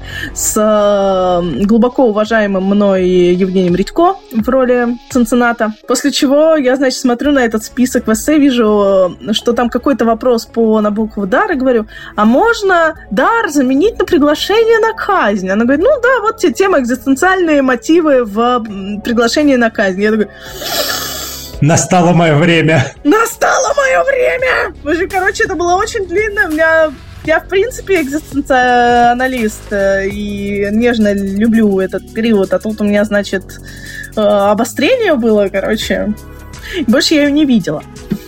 с глубоко уважаемым мной Евгением Редько в роли Цинцинната. После чего я, значит, смотрю на этот список в эссе, вижу, что там какой-то вопрос по Набокову «Дар», и говорю, а можно «Дар» заменить на «Приглашение на казнь»? Она говорит, ну да, вот те темы, экзистенциальные мотивы в «Приглашении на казнь». Я такой... Настало мое время. Настало мое время! В общем, короче, это было очень длинно. Я, в принципе, экзистенциалист и нежно люблю этот период. А тут у меня, значит, обострение было, короче. Больше я ее не видела.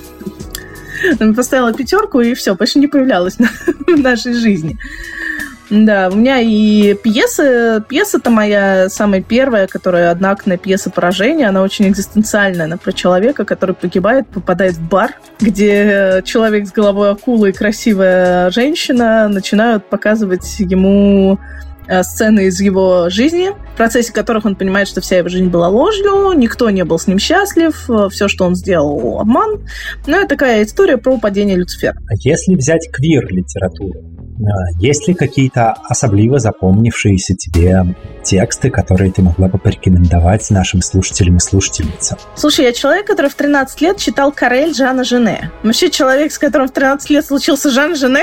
Поставила 5 и все, больше не появлялась в нашей жизни. Да, у меня и пьеса-то моя самая первая, которая одноактная пьеса «Поражение», она очень экзистенциальная, она про человека, который погибает, попадает в бар, где человек с головой акулы и красивая женщина начинают показывать ему сцены из его жизни, в процессе которых он понимает, что вся его жизнь была ложью, никто не был с ним счастлив, все, что он сделал, обман. Ну, это такая история про падение Люцифера. А если взять квир-литературу, есть ли какие-то особливо запомнившиеся тебе тексты, которые ты могла бы порекомендовать нашим слушателям и слушательницам? Слушай, я человек, который в 13 лет читал «Карель» Жана Жене. Вообще человек, с которым в 13 лет случился Жан Жене,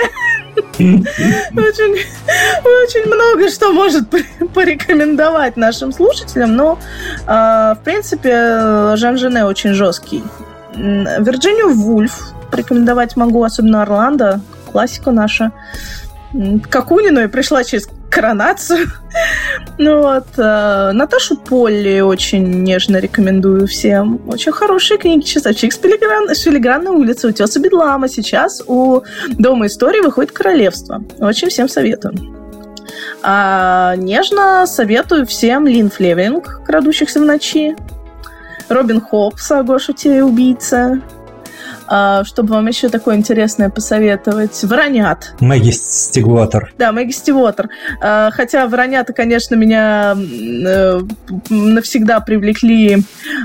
очень много что может порекомендовать нашим слушателям, но, в принципе, Жан Жене очень жесткий. Вирджинию Вульф порекомендовать могу, особенно Орландо, классика наша. К Акунину я пришла через коронацию. Ну вот. Наташу Полли очень нежно рекомендую всем. Очень хорошие книги читать. «Филигранная улица», «Утесы Бедлама». Сейчас у Дома истории выходит «Королевство». Очень всем советую. Нежно советую всем Лин Флеминг «Крадущихся в ночи», Робин Хоп «Сага о шуте и убийце». Чтобы вам еще такое интересное посоветовать. «Воронят». Мэгги Стигуотер. Да, Мэгги Стигуотер. Хотя «Воронята», конечно, меня навсегда привлекли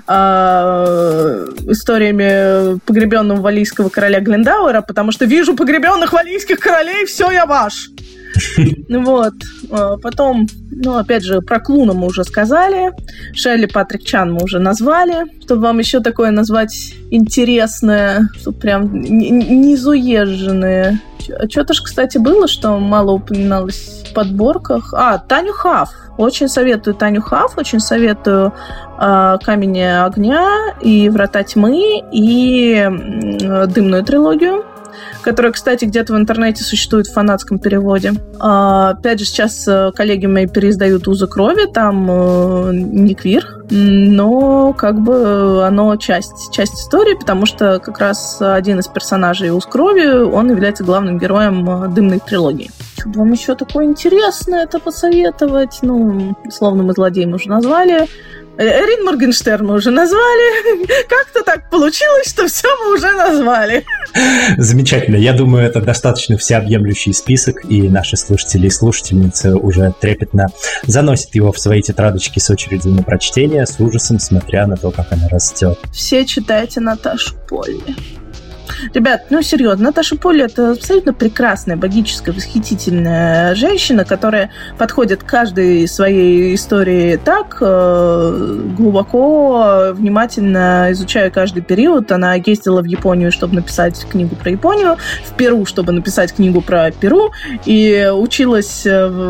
историями погребенного валлийского короля Глендауэра, потому что вижу погребенных валлийских королей, все, я ваш. Вот. Потом, опять же, про Клуна мы уже сказали. Шелли Патрик Чан мы уже назвали. Чтобы вам еще такое назвать интересное, чтобы прям незуезженное. Что-то ж, кстати, было, что мало упоминалось в подборках. Таню Хафф. Очень советую Таню Хафф, очень советую «Камень огня» и «Врата тьмы» и «Дымную трилогию», которая, кстати, где-то в интернете существует в фанатском переводе. Опять же, сейчас коллеги мои переиздают «Узы крови», там не квир, но как бы оно часть истории, потому что как раз один из персонажей «Уз крови», он является главным героем «Дымной трилогии». Чтобы вам еще такое интересное это посоветовать, условно мы злодей мы уже назвали, Эрин Моргенштерн мы уже назвали. Как-то так получилось, что все мы уже назвали. Замечательно. Я думаю, это достаточно всеобъемлющий список, и наши слушатели и слушательницы уже трепетно заносят его в свои тетрадочки с очередью на прочтение, с ужасом, смотря на то, как она растет. Все читайте Наташу Полли. Ребят, серьезно, Наташа Полли — это абсолютно прекрасная, богическая, восхитительная женщина, которая подходит к каждой своей истории так, глубоко, внимательно изучая каждый период. Она ездила в Японию, чтобы написать книгу про Японию, в Перу, чтобы написать книгу про Перу, и училась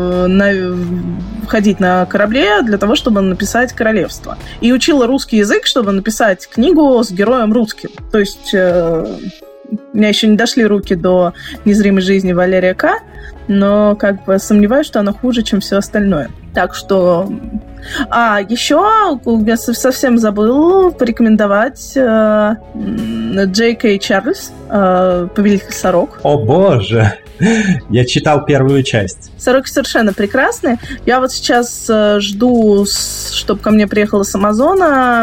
ходить на корабле для того, чтобы написать королевство. И учила русский язык, чтобы написать книгу с героем русским. То есть у меня еще не дошли руки до «Незримой жизни» Валерия К., но сомневаюсь, что она хуже, чем все остальное. Так что... еще я совсем забыл порекомендовать Джей Кей Чарльз, «Повелитель сорок». О боже! Я читал первую часть. Сороки совершенно прекрасные. Я вот сейчас жду, чтобы ко мне приехала с Амазона.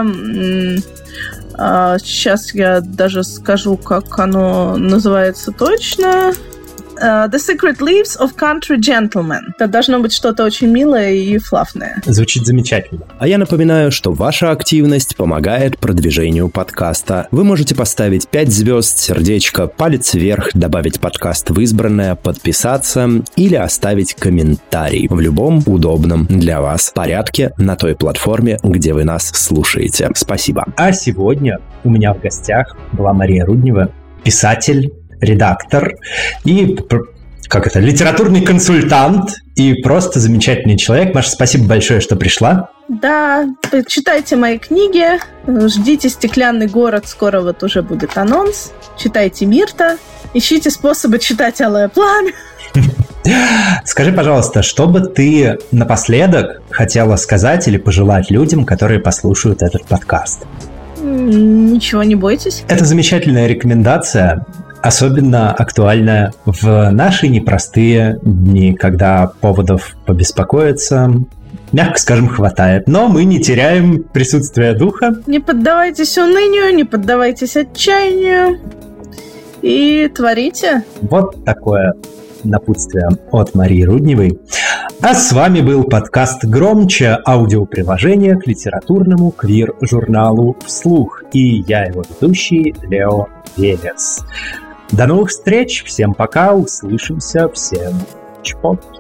Сейчас я даже скажу, как оно называется точно. The Secret Leaves of Country Gentlemen. Это должно быть что-то очень милое и флафное. Звучит замечательно. А я напоминаю, что ваша активность помогает продвижению подкаста. Вы можете поставить 5 звезд, сердечко, палец вверх, добавить подкаст в избранное, подписаться или оставить комментарий в любом удобном для вас порядке на той платформе, где вы нас слушаете. Спасибо. А сегодня у меня в гостях была Мария Руднева, писатель, редактор и, литературный консультант и просто замечательный человек. Маша, спасибо большое, что пришла. Да, читайте мои книги, ждите «Стеклянный город», скоро вот уже будет анонс. Читайте Мирта, ищите способы читать «Алое пламя». Скажи, пожалуйста, что бы ты напоследок хотела сказать или пожелать людям, которые послушают этот подкаст? Ничего, не бойтесь. Это замечательная рекомендация. Особенно актуально в наши непростые дни, когда поводов побеспокоиться, мягко скажем, хватает. Но мы не теряем присутствие духа. Не поддавайтесь унынию, не поддавайтесь отчаянию и творите. Вот такое напутствие от Марии Рудневой. А с вами был подкаст «Громче», аудиоприложение к литературному квир-журналу «Вслух». И я его ведущий Лео Велес. До новых встреч, всем пока, услышимся, всем чпок.